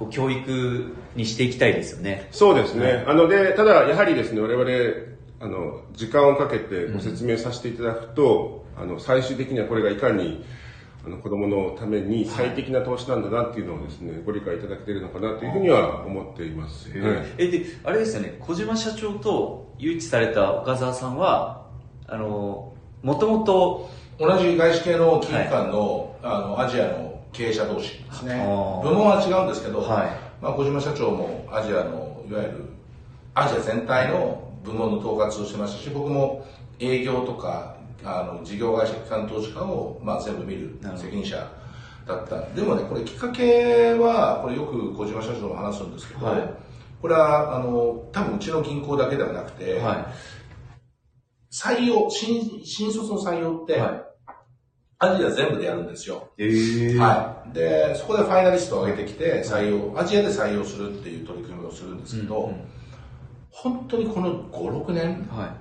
こう教育にしていきたいですよね。 そうですね。 はい、 あので、ただやはりですね、我々、あの、時間をかけてご説明させていただくと、うん、あの、最終的にはこれがいかに、あの、子供のために最適な投資なんだなっていうのをですね、はい、ご理解いただけているのかなというふうには思っています。はい、 え、で、あれですよね、小島社長と誘致された岡澤さんは、あの、もともと、 同じ外資系の金融機関の、はい、あの、アジアの経営者同士ですね。部門は違うんですけど、はい、まあ、小島社長もアジアの、いわゆる、アジア全体の部門の統括をしてましたし、僕も営業とか、あの、事業会社、機関投資家を、まあ、全部見る責任者だった。でもね、これきっかけは、これよく小島社長も話すんですけど、はい、これは、あの、多分うちの銀行だけではなくて、はい、採用、新、新卒の採用って、はい、アジア全部でやるんですよ。 へー。 はい。で、そこでファイナリストを上げてきて、採用、アジアで採用するっていう取り組みをするんですけど、うんうん、本当にこのご、ろくねん、はい、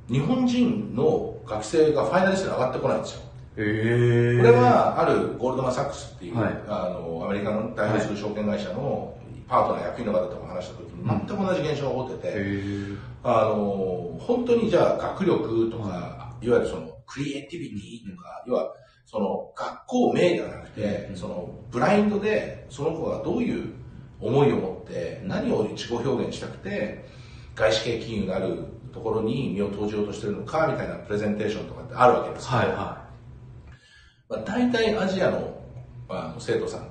日本人の学生がファイナリストに上がってこないんですよ。 へー。 これは、あるゴールドマンサックスっていう、はい、あの、アメリカの代表する証券会社のパートナー役員の方とも話したときに、全く同じ現象が起きてて、うん、あの、本当にじゃあ学力とか、はい、いわゆるその、クリエイティビティとか、うん、要は、その、学校名ではなくて、うん、その、ブラインドで、その子がどういう思いを持って、何を自己表現したくて、外資系金融があるところに身を投じようとしてるのか、みたいなプレゼンテーションとかってあるわけですけど、はいはい、まあ、大体アジアの、あの生徒さんって、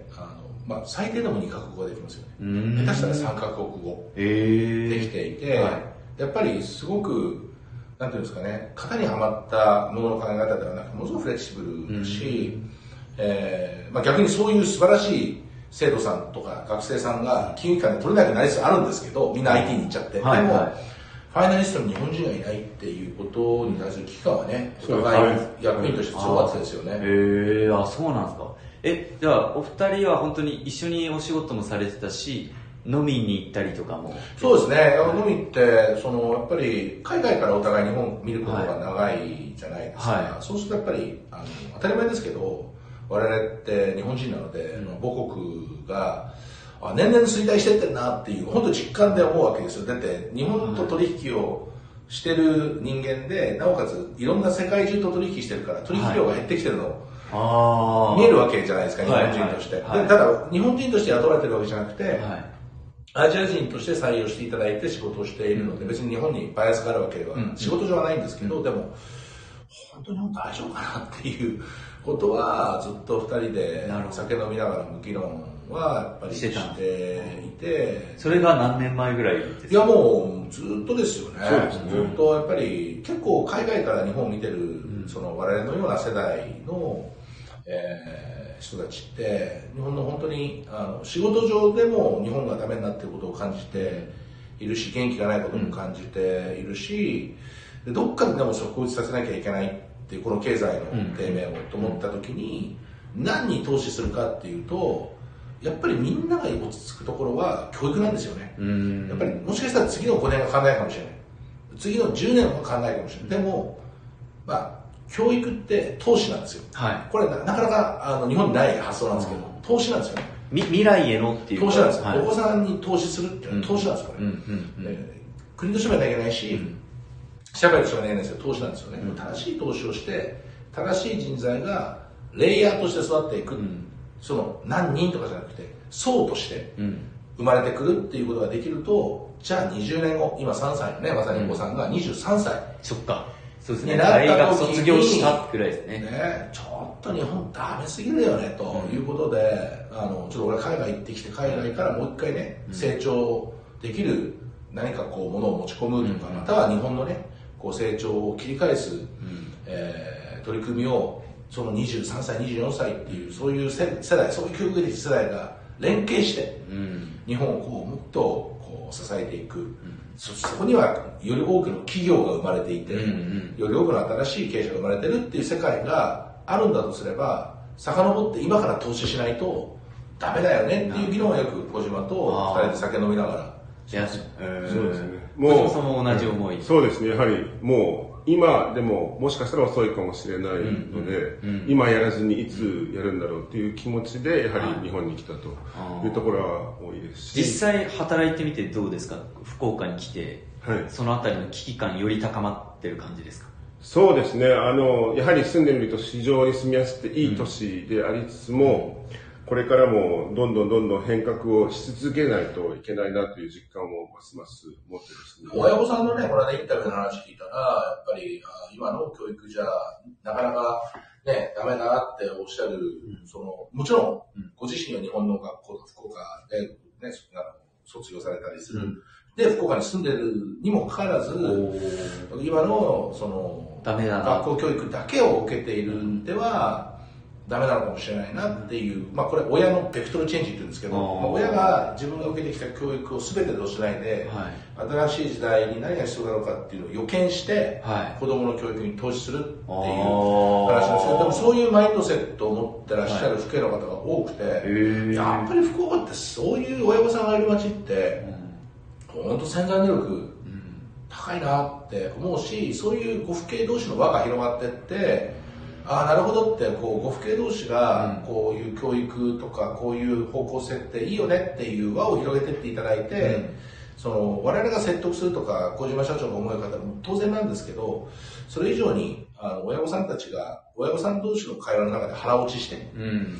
あの、まあ、最低でもにカ国語できますよね。下手したらさんカ国語できていて、はい、やっぱりすごく、なんていうんですかね、型にはまったものの考え方ではなく、ものすごくフレキシブルだし、えーまあ、逆にそういう素晴らしい生徒さんとか学生さんが金融機関で取れなくなりつつあるんですけど、みんな アイティー に行っちゃって。はいはい、でも、ファイナリストに日本人がいないっていうことに対する危機感はね、お互い役員として強かったですよね。へえー、あ、そうなんですか。え、じゃあ、お二人は本当に一緒にお仕事もされてたし、飲みに行ったりとかも。 そうですね。あの飲みって、その、やっぱり、海外からお互い日本見ることが長いじゃないですか。はいはい、そうするとやっぱり、あの、当たり前ですけど、我々って日本人なので、うん、母国が、あ、年々衰退してってんなっていう、本当実感で思うわけですよ。だって、日本と取引をしてる人間で、なおかつ、いろんな世界中と取引してるから、取引量が減ってきてるの。はい、見えるわけじゃないですか、日本人として。はいはい、ただ、日本人として雇われてるわけじゃなくて、はい、アジア人として採用していただいて仕事をしているので、別に日本にバイアスがあるわけでは、仕事上はないんですけど、でも、本当に大丈夫かなっていうことは、ずっと二人で酒飲みながらの議論はやっぱりしていて。 それが何年前ぐらいですか？ いやもうずっとですよね。 そうですね。 ずっとやっぱり結構海外から日本を見てる、その我々のような世代の、えー人たちって日本の本当にあの仕事上でも日本がダメになっていることを感じているし、元気がないことも感じているし、でどっかででも底打ちさせなきゃいけないっていうこの経済の低迷をと思った時に何に投資するかっていうと、やっぱりみんなが落ち着くところは教育なんですよね。やっぱりもしかしたら次のごねんは考えないかもしれない、次のじゅうねんは考えないかもしれない、でもまあ教育って投資なんですよ。はい、これなかなかあの日本にない発想なんですけど、うん、投資なんですよね。 未来へのっていう投資なんですよ、はい、お子さんに投資するっていうのは投資なんですよ、これ、うんうんうん、国としてもやらなきゃいけないし、うん、社会としてもやらなきゃいけないんですよ、投資なんですよね、うん、正しい投資をして正しい人材がレイヤーとして育っていく、うん、その何人とかじゃなくて層として生まれてくるっていうことができると、じゃあにじゅうねんご、今さんさいのね、まさにお子さんがにじゅうさんさい、うん、 そっか、そうですね、大学卒業したぐらいですね。 ね、ちょっと日本ダメすぎるよね、ということで、うん、あの、ちょっと俺海外行ってきて、海外からもう一回ね、うん、成長できる何かこう、ものを持ち込むとか、うん、または日本のね、こう成長を切り返す、うん、えー、取り組みを、そのにじゅうさんさい、にじゅうよんさいっていう、そういう世代、そういう教育的世代が連携して、うん、日本をこう、もっとこう、支えていく。うん、そ, そこにはより多くの企業が生まれていて、うんうん、より多くの新しい経営者が生まれてるっていう世界があるんだとすれば、遡って今から投資しないとダメだよねっていう議論はよく小島と二人で酒飲みながらします。 えー、そうですね。もう小島さんも同じ思い、 うん、そうですね。やはりも今でももしかしたら遅いかもしれないので、うんうんうん、今やらずにいつやるんだろうっていう気持ちでやはり日本に来たというところは多いですし、 実際働いてみてどうですか？福岡に来て、はい、そのあたりの危機感より高まってる感じですか？ そうですね、あのやはり住んでみると非常に住みやすくていい都市でありつつも、うん、これからもどんどんどんどん変革をし続けないといけないなという実感をますます持ってですね。 親御さんのね、これでインタビューの話聞いたら、やっぱり今の教育じゃなかなかね、ダメだなっておっしゃる、うん、その、もちろん、ご自身は日本の学校と福岡でね、卒業されたりする。うん、で、福岡に住んでるにもかかわらず、今の、その、 ダメだな学校教育だけを受けているんでは、ダメなのかもしれないなっていう、まあこれ親のベクトルチェンジって言うんですけど、まあ、親が自分が受けてきた教育を全てとしないで、はい、新しい時代に何が必要なのかっていうのを予見して、はい、子供の教育に投資するっていう話なんですけど、でもそういうマインドセットを持ってらっしゃる父兄の方が多くて、はい、やっぱり福岡ってそういう親御さんがいる街って、本当潜在能力高いなって思うし、そういうご父兄同士の輪が広がってって、ああ、なるほどって、こう、ご父兄同士が、こういう教育とか、こういう方向性っていいよねっていう輪を広げてっていただいて、うん、その、我々が説得するとか、小島社長が思い方も当然なんですけど、それ以上に、あの、親御さんたちが、親御さん同士の会話の中で腹落ちして、うん、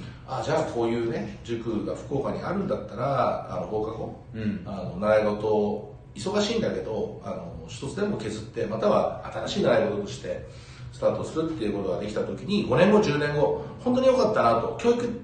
ああ、じゃあこういうね、塾が福岡にあるんだったら、あの、放課後、うん、あの、習い事、忙しいんだけど、あの、一つでも削って、または新しい習い事として、スタートするっていうことができたときに、ごねんご、じゅうねんご、本当に良かったなと。教育って、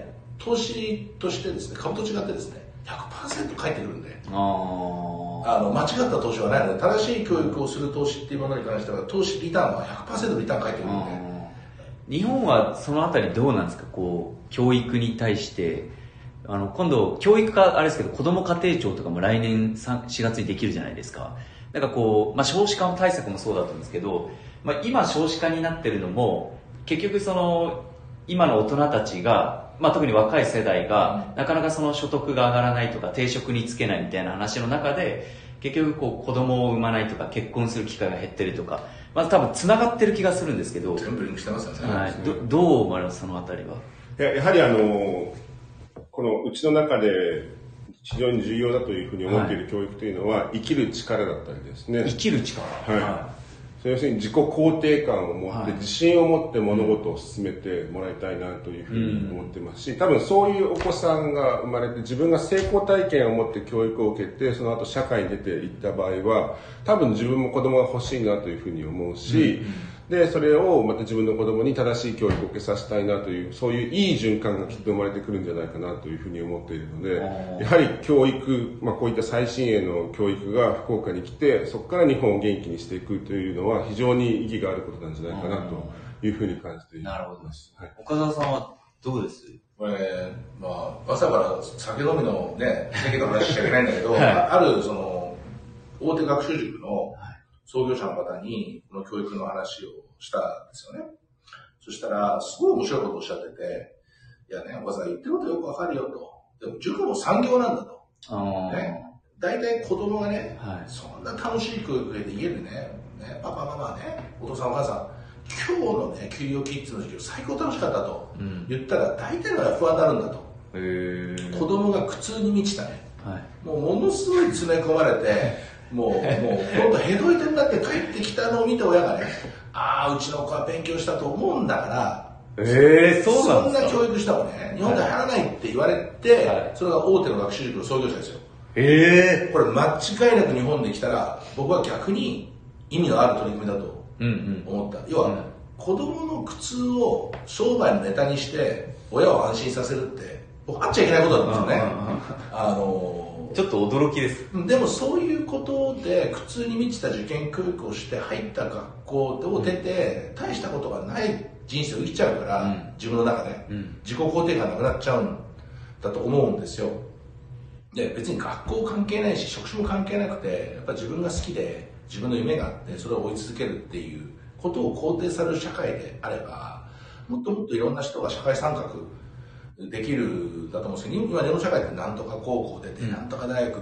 投資としてですね、株と違ってですね、ひゃくパーセント返ってくるんで、あの、間違った投資はないので、正しい教育をする投資っていうものに関しては、投資リターンは ひゃくパーセント リターン返ってくるんで。 日本はそのあたりどうなんですか？こう、教育に対して、あの、今度、教育課、あれですけど、子ども家庭庁とかも来年しがつにできるじゃないですか。なんかこう、まあ、少子化対策もそうだったんですけど、まあ、今少子化になってるのも結局その今の大人たちが、まあ、特に若い世代がなかなかその所得が上がらないとか定職に就けないみたいな話の中で結局こう子供を産まないとか結婚する機会が減ってるとか、まず多分つながってる気がするんですけど、 全部リンクしてますよね、 はい、ど, どう思われますそのあたりは？ や, やはりあのこのうちの中で非常に重要だというふうに思っている教育というのは、はい、生きる力だったりですね。 生きる力、 はい、はい要するに自己肯定感を持って、はい、自信を持って物事を進めてもらいたいなというふうに思ってますし、多分そういうお子さんが生まれて自分が成功体験を持って教育を受けてその後社会に出ていった場合は多分自分も子供が欲しいなというふうに思うし、うん、でそれをまた自分の子供に正しい教育を受けさせたいなというそういういい循環がきっと生まれてくるんじゃないかなというふうに思っているので、やはり教育、まあ、こういった最新鋭の教育が福岡に来てそこから日本を元気にしていくというのは非常に意義があることなんじゃないかなというふうに感じています。 なるほど、はい、岡澤さんはどうです？ これ、まあ、朝から酒飲みのね、酒の話しちゃいけないんだけど、はい、あるその大手学習塾の創業者の方にこの教育の話をしたんですよね。そしたら、すごい面白いことをおっしゃってて、いやね、岡澤言ってることよくわかるよと。でも塾も産業なんだと。ね、大体子供がね、はい、そんな楽しい教育で家でね、ね、パパママね、お父さんお母さん、今日のね、給料キッズの授業最高楽しかったと言ったら、大体のが不安になるんだと。へー。子供が苦痛に満ちたね、はい、もうものすごい詰め込まれて、もう、もう、今度ヘドヘドになって帰ってきたのを見た親がね、ああ、うちの子は勉強したと思うんだから、 えー、そうなんですか？ そんな教育したもね、日本で流行らないって言われて、はい、それが大手の学習塾の創業者ですよ。 えー、 これ間違いなく日本で来たら、僕は逆に意味のある取り組みだと思った。うんうん、要は、うん、子供の苦痛を商売のネタにして、親を安心させるって、僕あっちゃいけないことなんですよね。あのーちょっと驚きです。 でもそういうことで苦痛に満ちた受験教育をして入った学校を出て大したことがない人生を生きちゃうから、うん、自分の中で、うん、自己肯定感なくなっちゃうんだと思うんですよ。で、別に学校関係ないし職種も関係なくて、やっぱ自分が好きで自分の夢があってそれを追い続けるっていうことを肯定される社会であれば、もっともっといろんな人が社会参画できるだと思うんですけど、今日本社会ってなんとか高校出て、うん、なんとか大学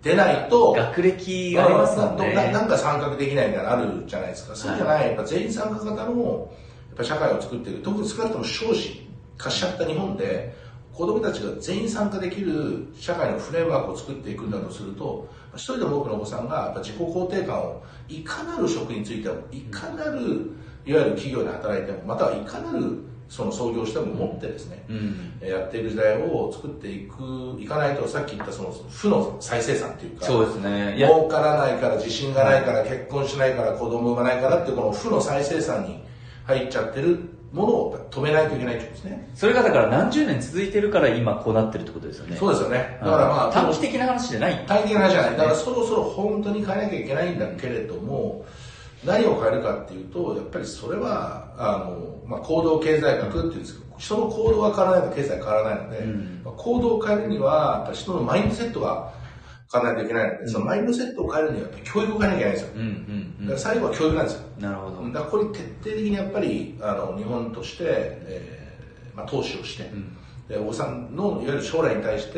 出ないと、 学歴がありますもんね。 な, なんか参画できないみたいなのあるじゃないですか。そうじゃない、やっぱ全員参加型の、やっぱ社会を作っていく。特に少なくとも少子化しちゃった日本で、子供たちが全員参加できる社会のフレームワークを作っていくんだとすると、一人でも多くのお子さんがやっぱ自己肯定感をいかなる職についても、いかなるいわゆる企業で働いても、またはいかなるその創業しても持ってですね、うん、やっていく時代を作っていく、いかないと、さっき言ったその負の再生産っていうか、 そうですね。 儲からないから、自信がないから、結婚しないから、子供がないからっていうこの負の再生産に入っちゃってるものを止めないといけないってことですね。 それがだから何十年続いてるから今こうなってるってことですよね。 そうですよね。だからまあ、 短期的な話じゃない。 短期的な話じゃない。だからそろそろ本当に変えなきゃいけないんだけれども、何を変えるかっていうと、やっぱりそれは、あの、まあ、行動経済学っていうんですけど、人の行動が変わらないと経済変わらないので、うん、まあ、行動を変えるには、やっぱり人のマインドセットが変わらないといけないので、うん、そのマインドセットを変えるには、教育を変えなきゃいけないんですよ。うんうんうん、だから最後は教育なんですよ。 なるほど。 だからこれ徹底的にやっぱり、あの、日本として、えー、まあ、投資をして、うん、で、お子さんのいわゆる将来に対して、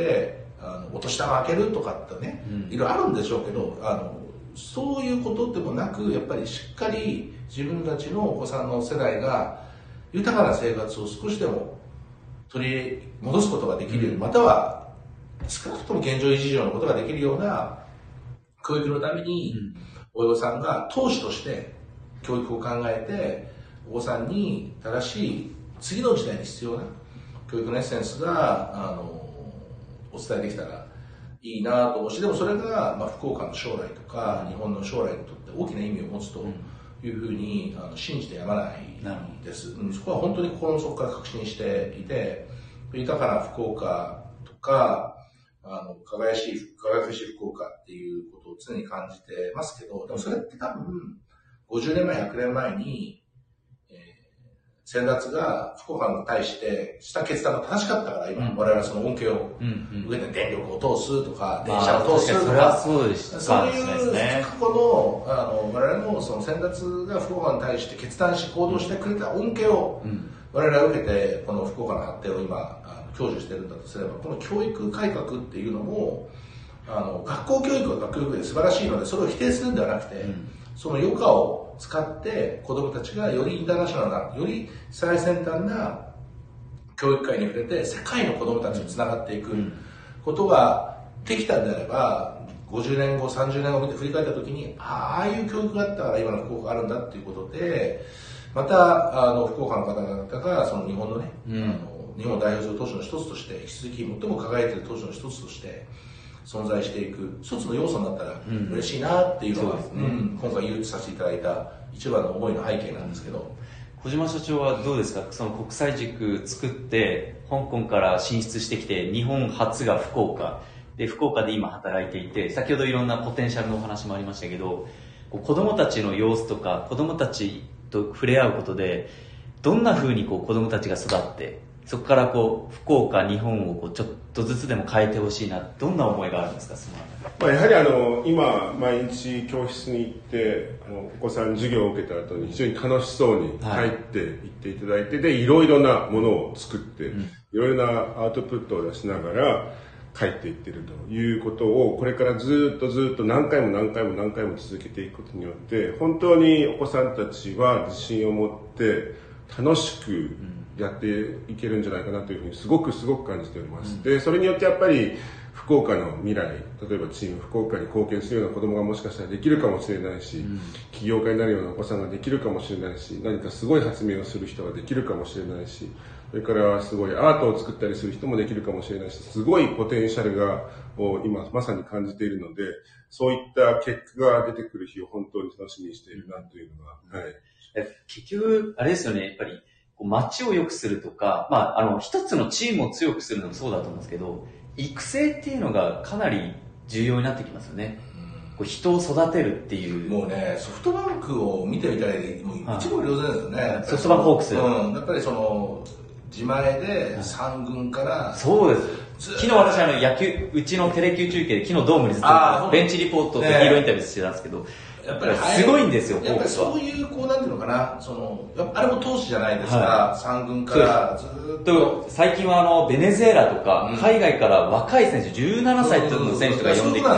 あの、お年玉開けるとかってね、うん、いろいろあるんでしょうけど、あの、そういうことでもなく、やっぱりしっかり自分たちのお子さんの世代が豊かな生活を少しでも取り戻すことができるように、または少なくとも現状維持以上のことができるような教育のために、親御さんが投資として教育を考えて、お子さんに正しい次の時代に必要な教育のエッセンスが、あの、お伝えできたらいいなと思うし、でもそれが、まあ、福岡の将来とか、日本の将来にとって大きな意味を持つというふうに、あの信じてやまないです。うん、そこは本当に心の底から確信していて、豊かな福岡とか、あの、輝かしい、輝かしい福岡っていうことを常に感じてますけど、でもそれって多分、ごじゅうねんまえ、ひゃくねんまえに、先達が福岡に対してした決断が正しかったから、今、うん、我々はその恩恵を受けて電力を通すとか、電車を通すとか、 そうでした。 そういう過去の、あの、我々のその先達が福岡に対して決断し行動してくれた恩恵を、我々は受けて、この福岡の発展を今、享受してるんだとすれば、この教育改革っていうのも、あの、学校教育は学校教育で素晴らしいので、それを否定するんではなくて、うん、その余暇を使って子供たちがよりインターナショナルな、より最先端な教育界に触れて世界の子供たちとつながっていくことができたんであれば、ごじゅうねんご、さんじゅうねんご見て振り返った時に、ああ、ああいう教育があったから今の福岡があるんだっていうことで、また、あの、福岡の方々がその日本のね、うん、あの日本を代表する都市の一つとして、引き続き最も輝いている都市の一つとして存在していく一つの要素になったら嬉しいなっていうのが、うんうん、今回誘致させていただいた一番の思いの背景なんですけど。 小島社長はどうですか？その国際塾作って香港から進出してきて、日本初が福岡で、福岡で今働いていて、先ほどいろんなポテンシャルのお話もありましたけど、子供たちの様子とか子供たちと触れ合うことで、どんな風にこう子供たちが育って、そこからこう福岡、日本をこうちょっとずつでも変えてほしいな、どんな思いがあるんですか？そのまあ、やはりあの今毎日教室に行ってあのお子さん授業を受けた後に非常に楽しそうに帰っていっていただいて、はい、でいろいろなものを作って、うん、いろいろなアウトプットを出しながら帰っていってるということをこれからずっとずっと何回も何回も何回も続けていくことによって、本当にお子さんたちは自信を持って楽しくやっていけるんじゃないかなというふうにすごくすごく感じております。うん、でそれによってやっぱり福岡の未来、例えばチーム福岡に貢献するような子供がもしかしたらできるかもしれないし、うん、起業家になるようなお子さんができるかもしれないし、何かすごい発明をする人ができるかもしれないし、それからすごいアートを作ったりする人もできるかもしれないし、すごいポテンシャルがを今まさに感じているので、そういった結果が出てくる日を本当に楽しみにしているなというのが、はい。 結局、あれですよね、やっぱり街を良くするとか、まあ、あの、一つのチームを強くするのもそうだと思うんですけど、育成っていうのがかなり重要になってきますよね。こう人を育てるっていう。 もうね、ソフトバンクを見てみたいで、もう一目瞭然ですよね。はい、 ソフトバンクホークス。 うん。やっぱりその、自前でさん軍から、はい、 そうです。昨日私あの野球、うちのテレキュー中継で昨日ドームにずっとベンチリポートとヒーローインタビューしてたんですけど、やっぱりすごいんですよ、 やっぱりそういう、こう、なんていうのかな、その、あれも投資じゃないですか、はい、さん軍からずっと。 最近はあの、ベネズエラとか、海外から若い選手、じゅうななさいの選手とか呼んできて。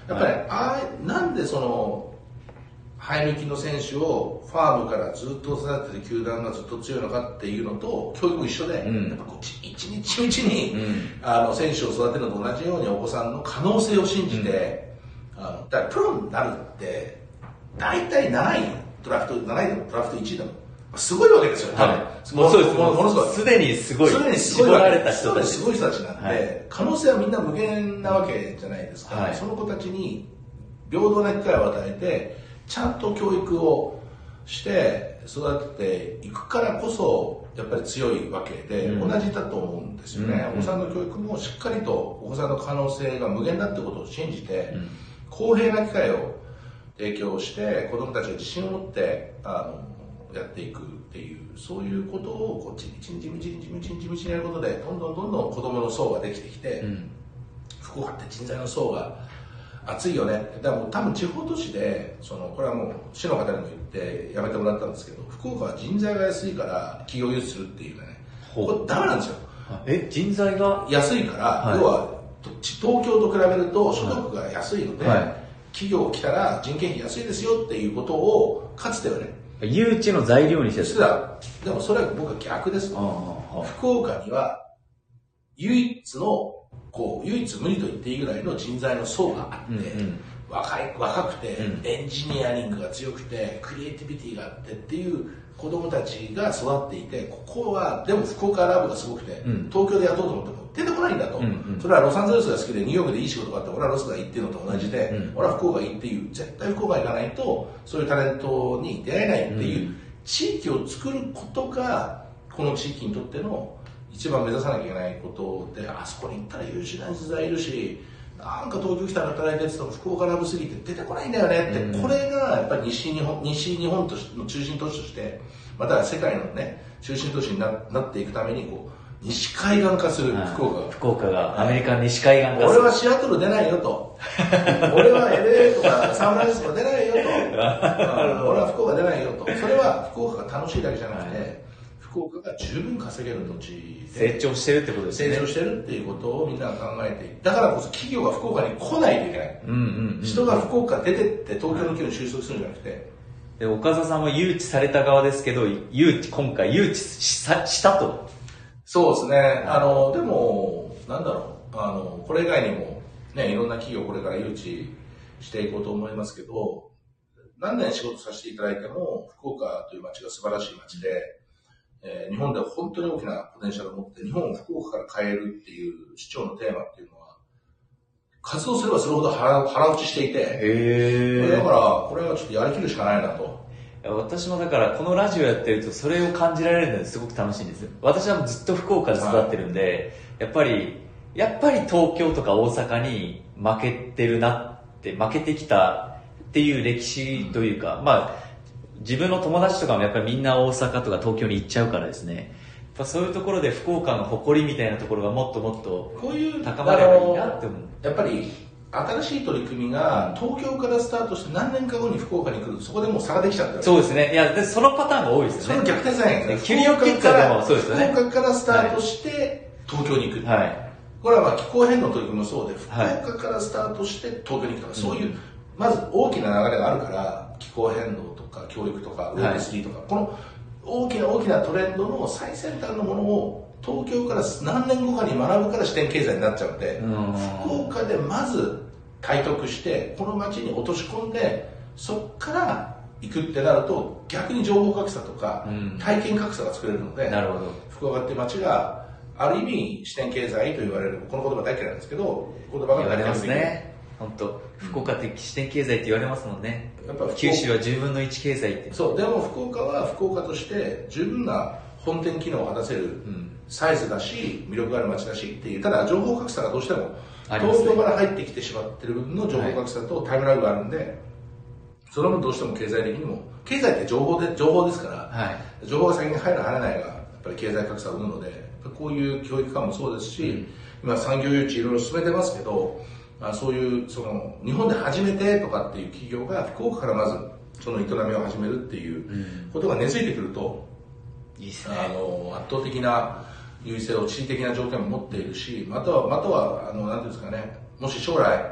やっぱり、ね、あなんでその生え抜きの選手をファームからずっと育てて球団がずっと強いのかっていうのと教育も一緒で、うん、やっぱこう一日一日に、うん、あの選手を育てるのと同じようにお子さんの可能性を信じて、うん、あのだからプロになるって大体なないドラフトなないでもドラフトいちいでもすごいわけですよ、多分。はい、 もうそうです。ものすごい。すでにすごい。 すでにすごい。絞られた人たち。すごい人たちなんで、はい、可能性はみんな無限なわけじゃないですか。はい、その子たちに平等な機会を与えて、ちゃんと教育をして育てていくからこそ、やっぱり強いわけで、うん、同じだと思うんですよね、うん。お子さんの教育もしっかりとお子さんの可能性が無限だってことを信じて、うん、公平な機会を提供して、子供たちが自信を持って、あの、やっていくっていう、そういうことをこう地道に地道に地道に地道に地道にやることで、どんどんどんどん子供の層ができてきて、うん、福岡って人材の層が厚いよね。だからもう多分地方都市で、そのこれはもう市の方にも言ってやめてもらったんですけど、福岡は人材が安いから企業誘致するっていうね、これダメなんですよ。 え、人材が安いから、はい、要は東京と比べると所得が安いので、はいはい、企業来たら人件費安いですよっていうことをかつてはね、 誘致の材料にしてた。でもそれは僕は逆です。福岡には唯一のこう唯一無二と言っていいぐらいの人材の層があって、うんうん、若い若くて、うん、エンジニアリングが強くてクリエイティビティがあってっていう子供たちが育っていて、ここはでも福岡ラブがすごくて、うん、東京で雇おうと思っても出てこないんだと、うんうん、それはロサンゼルスが好きでニューヨークでいい仕事があって俺はロスがいいっていうのと同じで、うん、俺は福岡いいっていう、絶対福岡行かないとそういうタレントに出会えないっていう地域を作ることがこの地域にとっての一番目指さなきゃいけないことで、あそこに行ったら優秀な人材いるし、なんか東京来たら働いてって言っても福岡ラブすぎて出てこないんだよねって、うん、これがやっぱり西日本西日本との中心都市としてまた世界のね中心都市に な, なっていくためにこう西海岸化する福岡が、 福岡がアメリカ西海岸化する。 俺はシアトル出ないよと俺は エルエー とかサンフランシスコ出ないよと俺は福岡出ないよと。それは福岡が楽しいだけじゃなくて、はい、福岡が十分稼げる土地で成長してるってことですね。 成長してるっていうことをみんな考えている。だからこそ企業が福岡に来ないといけない、うんうんうん、人が福岡出てって東京の企業に就職するんじゃなくて、 で岡澤さんも誘致された側ですけど、誘致今回誘致 し, したと。 そうですね。あのでもなんだろう、あのこれ以外にもねいろんな企業これから誘致していこうと思いますけど、何年仕事させていただいても福岡という街が素晴らしい街で、えー、日本では本当に大きなポテンシャルを持って日本を福岡から変えるっていう市長のテーマっていうのは活動すればするほど 腹, 腹打ちしていて、へだからこれはちょっとやりきるしかないなと。 私もだからこのラジオやってるとそれを感じられるのですごく楽しいんですよ。私はずっと福岡で育ってるんで、はい、やっぱりやっぱり東京とか大阪に負けてるなって負けてきたっていう歴史というか、まあ自分の友達とかもやっぱりみんな大阪とか東京に行っちゃうからですね、やっぱそういうところで福岡の誇りみたいなところがもっともっと高まればいいなって思う。 やっぱり新しい取り組みが東京からスタートして何年か後に福岡に来るとそこでもう差ができちゃってる。 そうですね。いやでそのパターンが多いですよね。 その逆転じゃないですね。 キュリオキッズでもそうですよね。 福岡からスタートして東京に行く。はい。これはまあ気候変動の取り組みもそうで、福岡からスタートして東京に行くとか、そういうまず大きな流れがあるから気候変動とか教育とか ウェブスリー とか、はい、この大きな大きなトレンドの最先端のものを東京から何年後かに学ぶから視点経済になっちゃうので、福岡でまず体得してこの街に落とし込んでそこから行くってなると逆に情報格差とか体験格差が作れるので、うん、なるほど。福岡っていう街がある意味視点経済と言われる、この言葉大嫌いなんですけど言葉が言われますね。本当福岡って視点経済って言われますもんね。やっぱ九州はじゅうぶんのいち経済って。 そうでも福岡は福岡として十分な本店機能を果たせるサイズだし魅力がある街だしっていう、ただ情報格差がどうしても東京から入ってきてしまってる分の情報格差とタイムラグがあるんで、はい、それもどうしても経済的にも経済って情報で情報ですから、はい、情報が先に入る入らないがやっぱり経済格差を生むので、こういう教育観もそうですし、うん、今産業誘致いろいろ進めてますけど、あそういうその日本で初めてとかっていう企業が福岡からまずその営みを始めるっていうことが根付いてくると、うん、いいですね、あの圧倒的な優位性を地理的な条件も持っているし、またはまたはあのなんていうんですかね、もし将来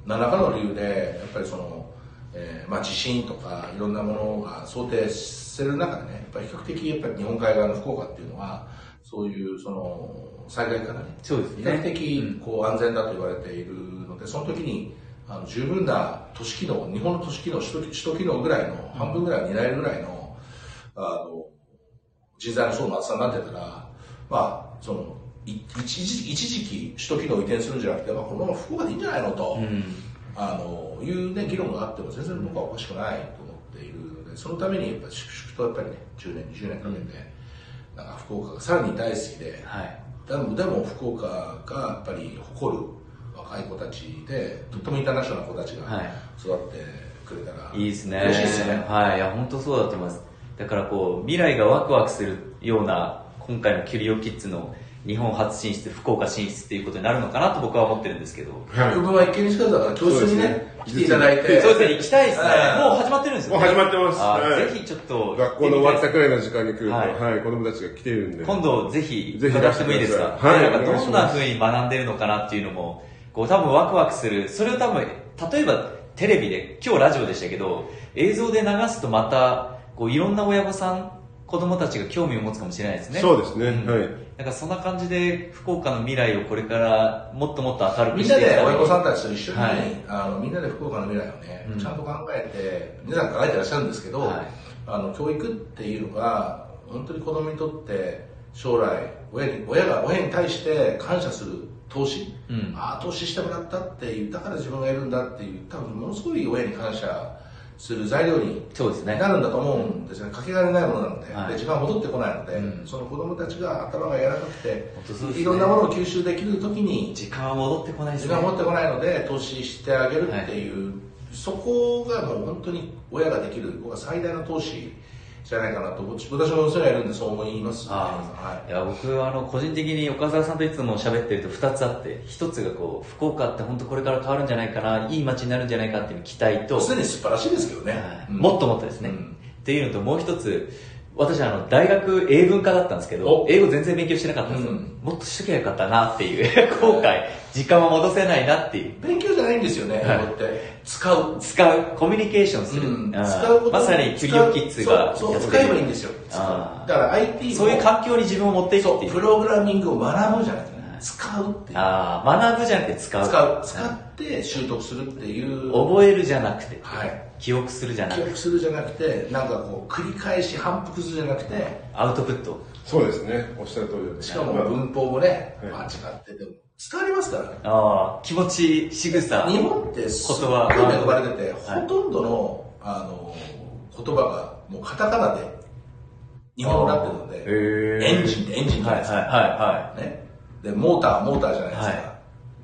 何らかの理由でやっぱりその、えーまあ、地震とかいろんなものが想定してる中でね、やっぱり比較的やっぱり日本海側の福岡っていうのはそういうその災害からね、 そうですね、 比較的こう安全だと言われているので、その時にあの十分な都市機能、日本の都市機能、首都首都機能ぐらいの半分ぐらいを担えるぐらいの、あの人材の層の厚さになってたら、まあそのい一時一時期首都機能を移転するんじゃなくて、まあ、このまま福岡でいいんじゃないのと、うん、あのいう、ね、議論があっても全然僕はおかしくないと思っているので、そのためにやっぱり粛々とやっぱりねじゅうねんにじゅうねんかけて、うん、なんか福岡がさらに大好きで、はい、でもでも福岡がやっぱり誇る若い子たちで、とってもインターナショナルな子たちが育ってくれたら、はい、 いいですね。 嬉しいですね。 はい、いや本当そうだと思います。だからこう未来がワクワクするような今回のキュリオキッズの日本初進出、福岡進出っていうことになるのかなと僕は思ってるんですけど。 百分は一見にしかずだから教室にね、来ていただいて。 そうですね、行きたいですね。もう始まってるんですよね。 もう始まってます。はい、ぜひちょっと。 学校の終わったくらいの時間に来ると、はい、はい、子供たちが来てるんで。 今度ぜひ、 ぜひ出してもいいですか。 はい。なんかどんな風に学んでるのかなっていうのも、こう多分ワクワクする。それを多分、例えばテレビで、今日ラジオでしたけど、映像で流すとまた、こういろんな親御さん、子供たちが興味を持つかもしれないですね。 そうですね。うん、はい。 なんかそんな感じで福岡の未来をこれからもっともっと明るくみんなしていで親御さんたちと一緒に、はい、あのみんなで福岡の未来をね、うん、ちゃんと考えて皆さん考えてらっしゃるんですけど、はい、あの教育っていうのが本当に子供にとって将来親に親が親に対して感謝する投資、うん、ああ投資してもらったっていう、だから自分がいるんだっていう、多分ものすごい親に感謝する材料になるんだと思うんですよね。かけがえないものなので、はい、で時間戻ってこないので、うん、その子供たちが頭が柔らかくて、ね、いろんなものを吸収できるときに時間は戻ってこないですね。 時間は戻ってこないので投資してあげるっていう、はい、そこがもう本当に親ができる僕は最大の投資じゃないかなと、私も娘がいるんでそう思います、ね。 はい、いや僕はあの個人的に岡澤さんといつも喋ってるとふたつあって、ひとつがこう福岡って本当これから変わるんじゃないかな、いい街になるんじゃないかっていう期待と、 すでに素晴らしいですけどね、はいうん、もっともっとですね、うん、っていうのともう一つ、私はあの大学英文科だったんですけど、英語全然勉強してなかったんですよ、うん、もっとしときゃよかったなっていう後悔、時間は戻せないなっていう。 勉強じゃないんですよね、英語って。使う。 使う。コミュニケーションする。うん、使うことまさにキュリオキッズがそう、そう使えばいいんですよ。だから アイティー もそういう環境に自分を持っていくっていう。 プログラミングを学ぶじゃなくて、使うっていう。 ああ、学ぶじゃなくて使う。 使う。使って習得するっていう。 覚えるじゃなくて。 はい。 記憶するじゃなくて。 記憶するじゃなくて、なんかこう、繰り返し反復するじゃなくて。 アウトプット。 そうですね。おっしゃる通りです。 しかも文法もね、間違ってても。伝わりますからね。 ああ、気持ち、仕草。 日本ってすごい恵まれてて、ほとんどの、あの、言葉がもうカタカナで日本語になってるので、エンジンってエンジンじゃないですか。 はいはいはい。 ね。で、モーター、モーターじゃないですか。はい、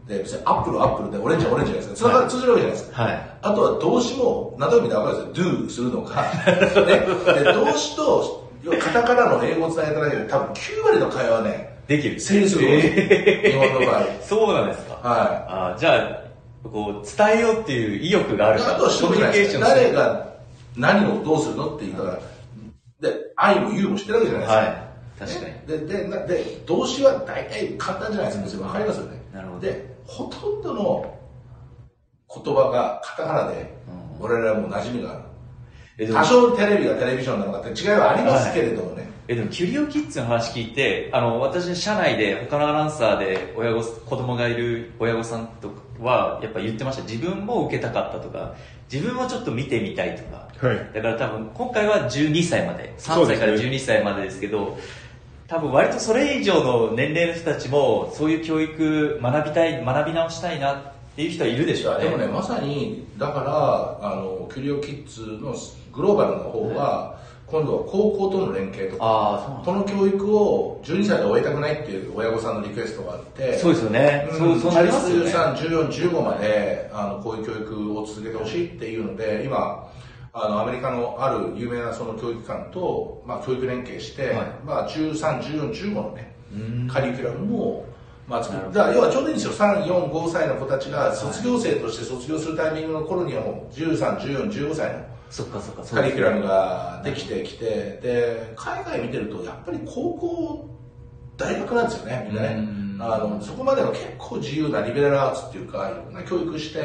で、別にアップル、アップルで、オレンジ、オレンジじゃないですか。それが通じるわけじゃないですか。はい。あとは動詞も、何度も見て分かるんですよ。do するのか。ね。で、動詞と、カタカナの英語を伝えただけで、多分きゅうわりの会話はね、 できる。 成立する。日本の場合。 そうなんですか。はい。あじゃあ、こう、伝えようっていう意欲があるから。 あとはコミュニケーション誰が何をどうするのって言ったら、で、愛も言うも知ってるわけじゃないですか。はい。 確かに。で、で、で、で動詞は大体簡単じゃないですか。わかりますよね。なるほど。で、ほとんどの言葉がカタカナで、我々はもう馴染みがある。多少テレビがテレビジョンなのかって違いはありますけれどもね。 え、でも、キュリオキッズの話聞いて、あの、私、社内で、他のアナウンサーで、親御、子供がいる親御さんとかは、やっぱ言ってました。自分も受けたかったとか、自分もちょっと見てみたいとか。はい。だから多分、今回はじゅうにさいまで、さんさいからじゅうにさいまでですけど、多分割とそれ以上の年齢の人たちも、そういう教育、学びたい、学び直したいなっていう人はいるでしょうね。 でもね、まさに、だから、あの、キュリオキッズのグローバルの方は、はい、今度は高校との連携とか、この教育をじゅうにさいで終えたくないっていう親御さんのリクエストがあって、 そうですよね。 うん、そうなりますよね。じゅうさん、じゅうよん、じゅうごまで、あの、こういう教育を続けてほしいっていうので、今、あの、アメリカのある有名なその教育機関と、まあ、教育連携して、はい、まあ、じゅうさん、じゅうよん、じゅうごのね、カリキュラムも、まあ、作る。だから、要はちょうどいいんですよ。さん、よん、ごさいの子たちが卒業生として卒業するタイミングの頃にはもう、じゅうさん、じゅうよん、じゅうごさいの、 そっかそっかカリキュラムができてきて、で、海外見てると、やっぱり高校、大学なんですよね、みんなね。あの、そこまでの結構自由なリベラルアーツっていうか、いろんな教育して、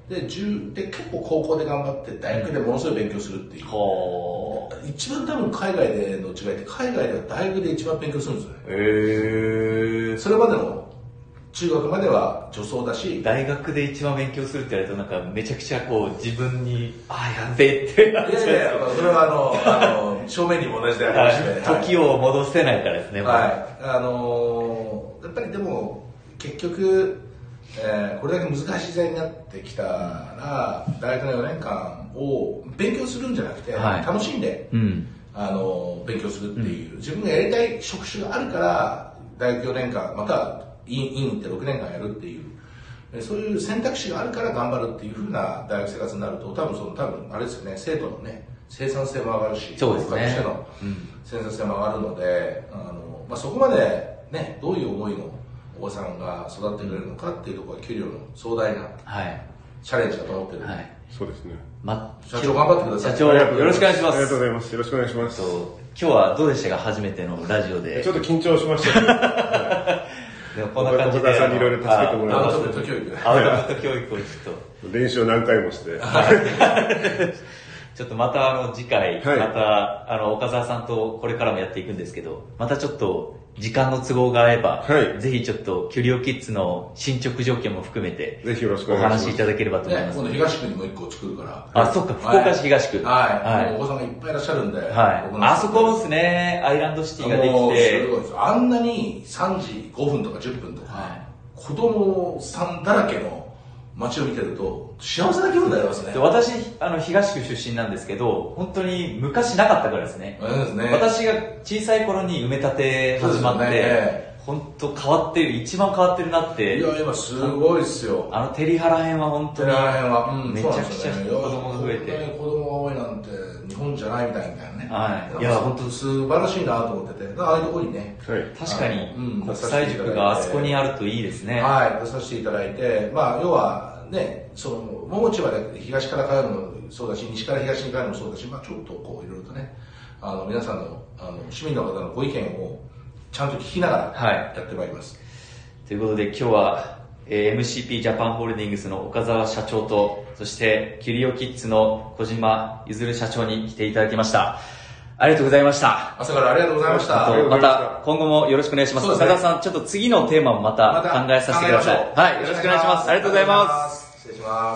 で、で結構高校で頑張って大学でものすごい勉強するっていう、うん、一番多分海外での違いって海外では大学で一番勉強するんですよね。へー。それまでの中学までは女装だし、 大学で一番勉強するって言われるとなんかめちゃくちゃこう自分にああやべえってなっちゃう。 いやいや、それはあの、あの正面にも同じでありまして、 はい、時を戻せないからですね。 はい、あのー、やっぱりでも結局、えー、これだけ難しい時代になってきたら、大学のよねんかんを勉強するんじゃなくて、はい、楽しんで、うん、あのー、勉強するっていう、うん、自分がやりたい職種があるから大学よねんかんまたは院に行ってろくねんかんやるっていう、そういう選択肢があるから頑張るっていう風な大学生活になると、多分その多分あれですよね、生徒のね生産性も上がるし、 そうですね、 としての生産性も上がるので、あの、まあ、そこまでねどういう思いのお子さんが育ってくれるのかっていうところは給料の壮大なチャレンジだと思ってるので、はい、 そうですね。 ま、社長頑張ってください。 社長よろしくお願いします。 ありがとうございます。よろしくお願いします。 今日はどうでしたか、初めてのラジオで。 ちょっと緊張しましたけど。はい、 でもこんな感じで。 岡田さんにいろいろ助けてもらいました。 アウトプット教育。 アウトプット教育をちょっと。練習を何回もして。 ちょっとまたあの次回、 はい、 またあの岡澤さんとこれからもやっていくんですけど、またちょっと時間の都合が合えば、はい、ぜひちょっとキュリオキッズの進捗状況も含めて、 ぜひよろしくお願いします。お話しいただければと思います。 ね、今度東区にもう一個作るから。 あ、そっか、福岡市東区。 はい。はい、お子さんがいっぱいいらっしゃるんで。はい。 あそこですね、アイランドシティができて。 すごいです。あんなにさんじごふんとかじゅっぷんとか、はい、子供さんだらけの街を見てると幸せな気分になりますね。 私、あの東区出身なんですけど、本当に昔なかったからですね。 そうですね。 私が小さい頃に埋め立て始まって、ね、本当変わってる、一番変わってるなって。 いや、今すごいですよ。 あの照り原辺は本当に。 照り原辺は、うん、 めちゃくちゃ子供が増えて。 こんなに子供が多いなんて日本じゃないみたいなね。 はい。いや、本当素晴らしいなと思ってて、ああいうところにね。 はい。確かに、国際塾があそこにあるといいですね。 はい、出させていただいて、まあ、要は、ね、その桃地まで東から帰るのもそうだし、西から東に帰るのもそうだし、まあ、ちょっとこういろいろとね、あの皆さんのあの市民の方のご意見をちゃんと聞きながらやってまいります。はい、 ということで今日は、えー、エムシーピー ジャパンホールディングスの岡澤社長と、そしてキュリオキッズの小島ゆずる社長に来ていただきました。ありがとうございました。 朝からありがとうございました。 また今後もよろしくお願いします。岡澤さん、ちょっと次のテーマもまた考えさせてください。はい、よろしくお願いします。ありがとうございます。 失礼します。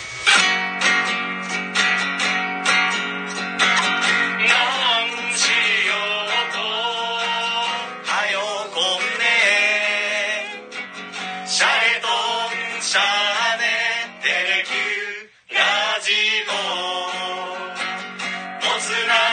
なんしようとはよこんねシャレとんシャーネテレキューラジオもつな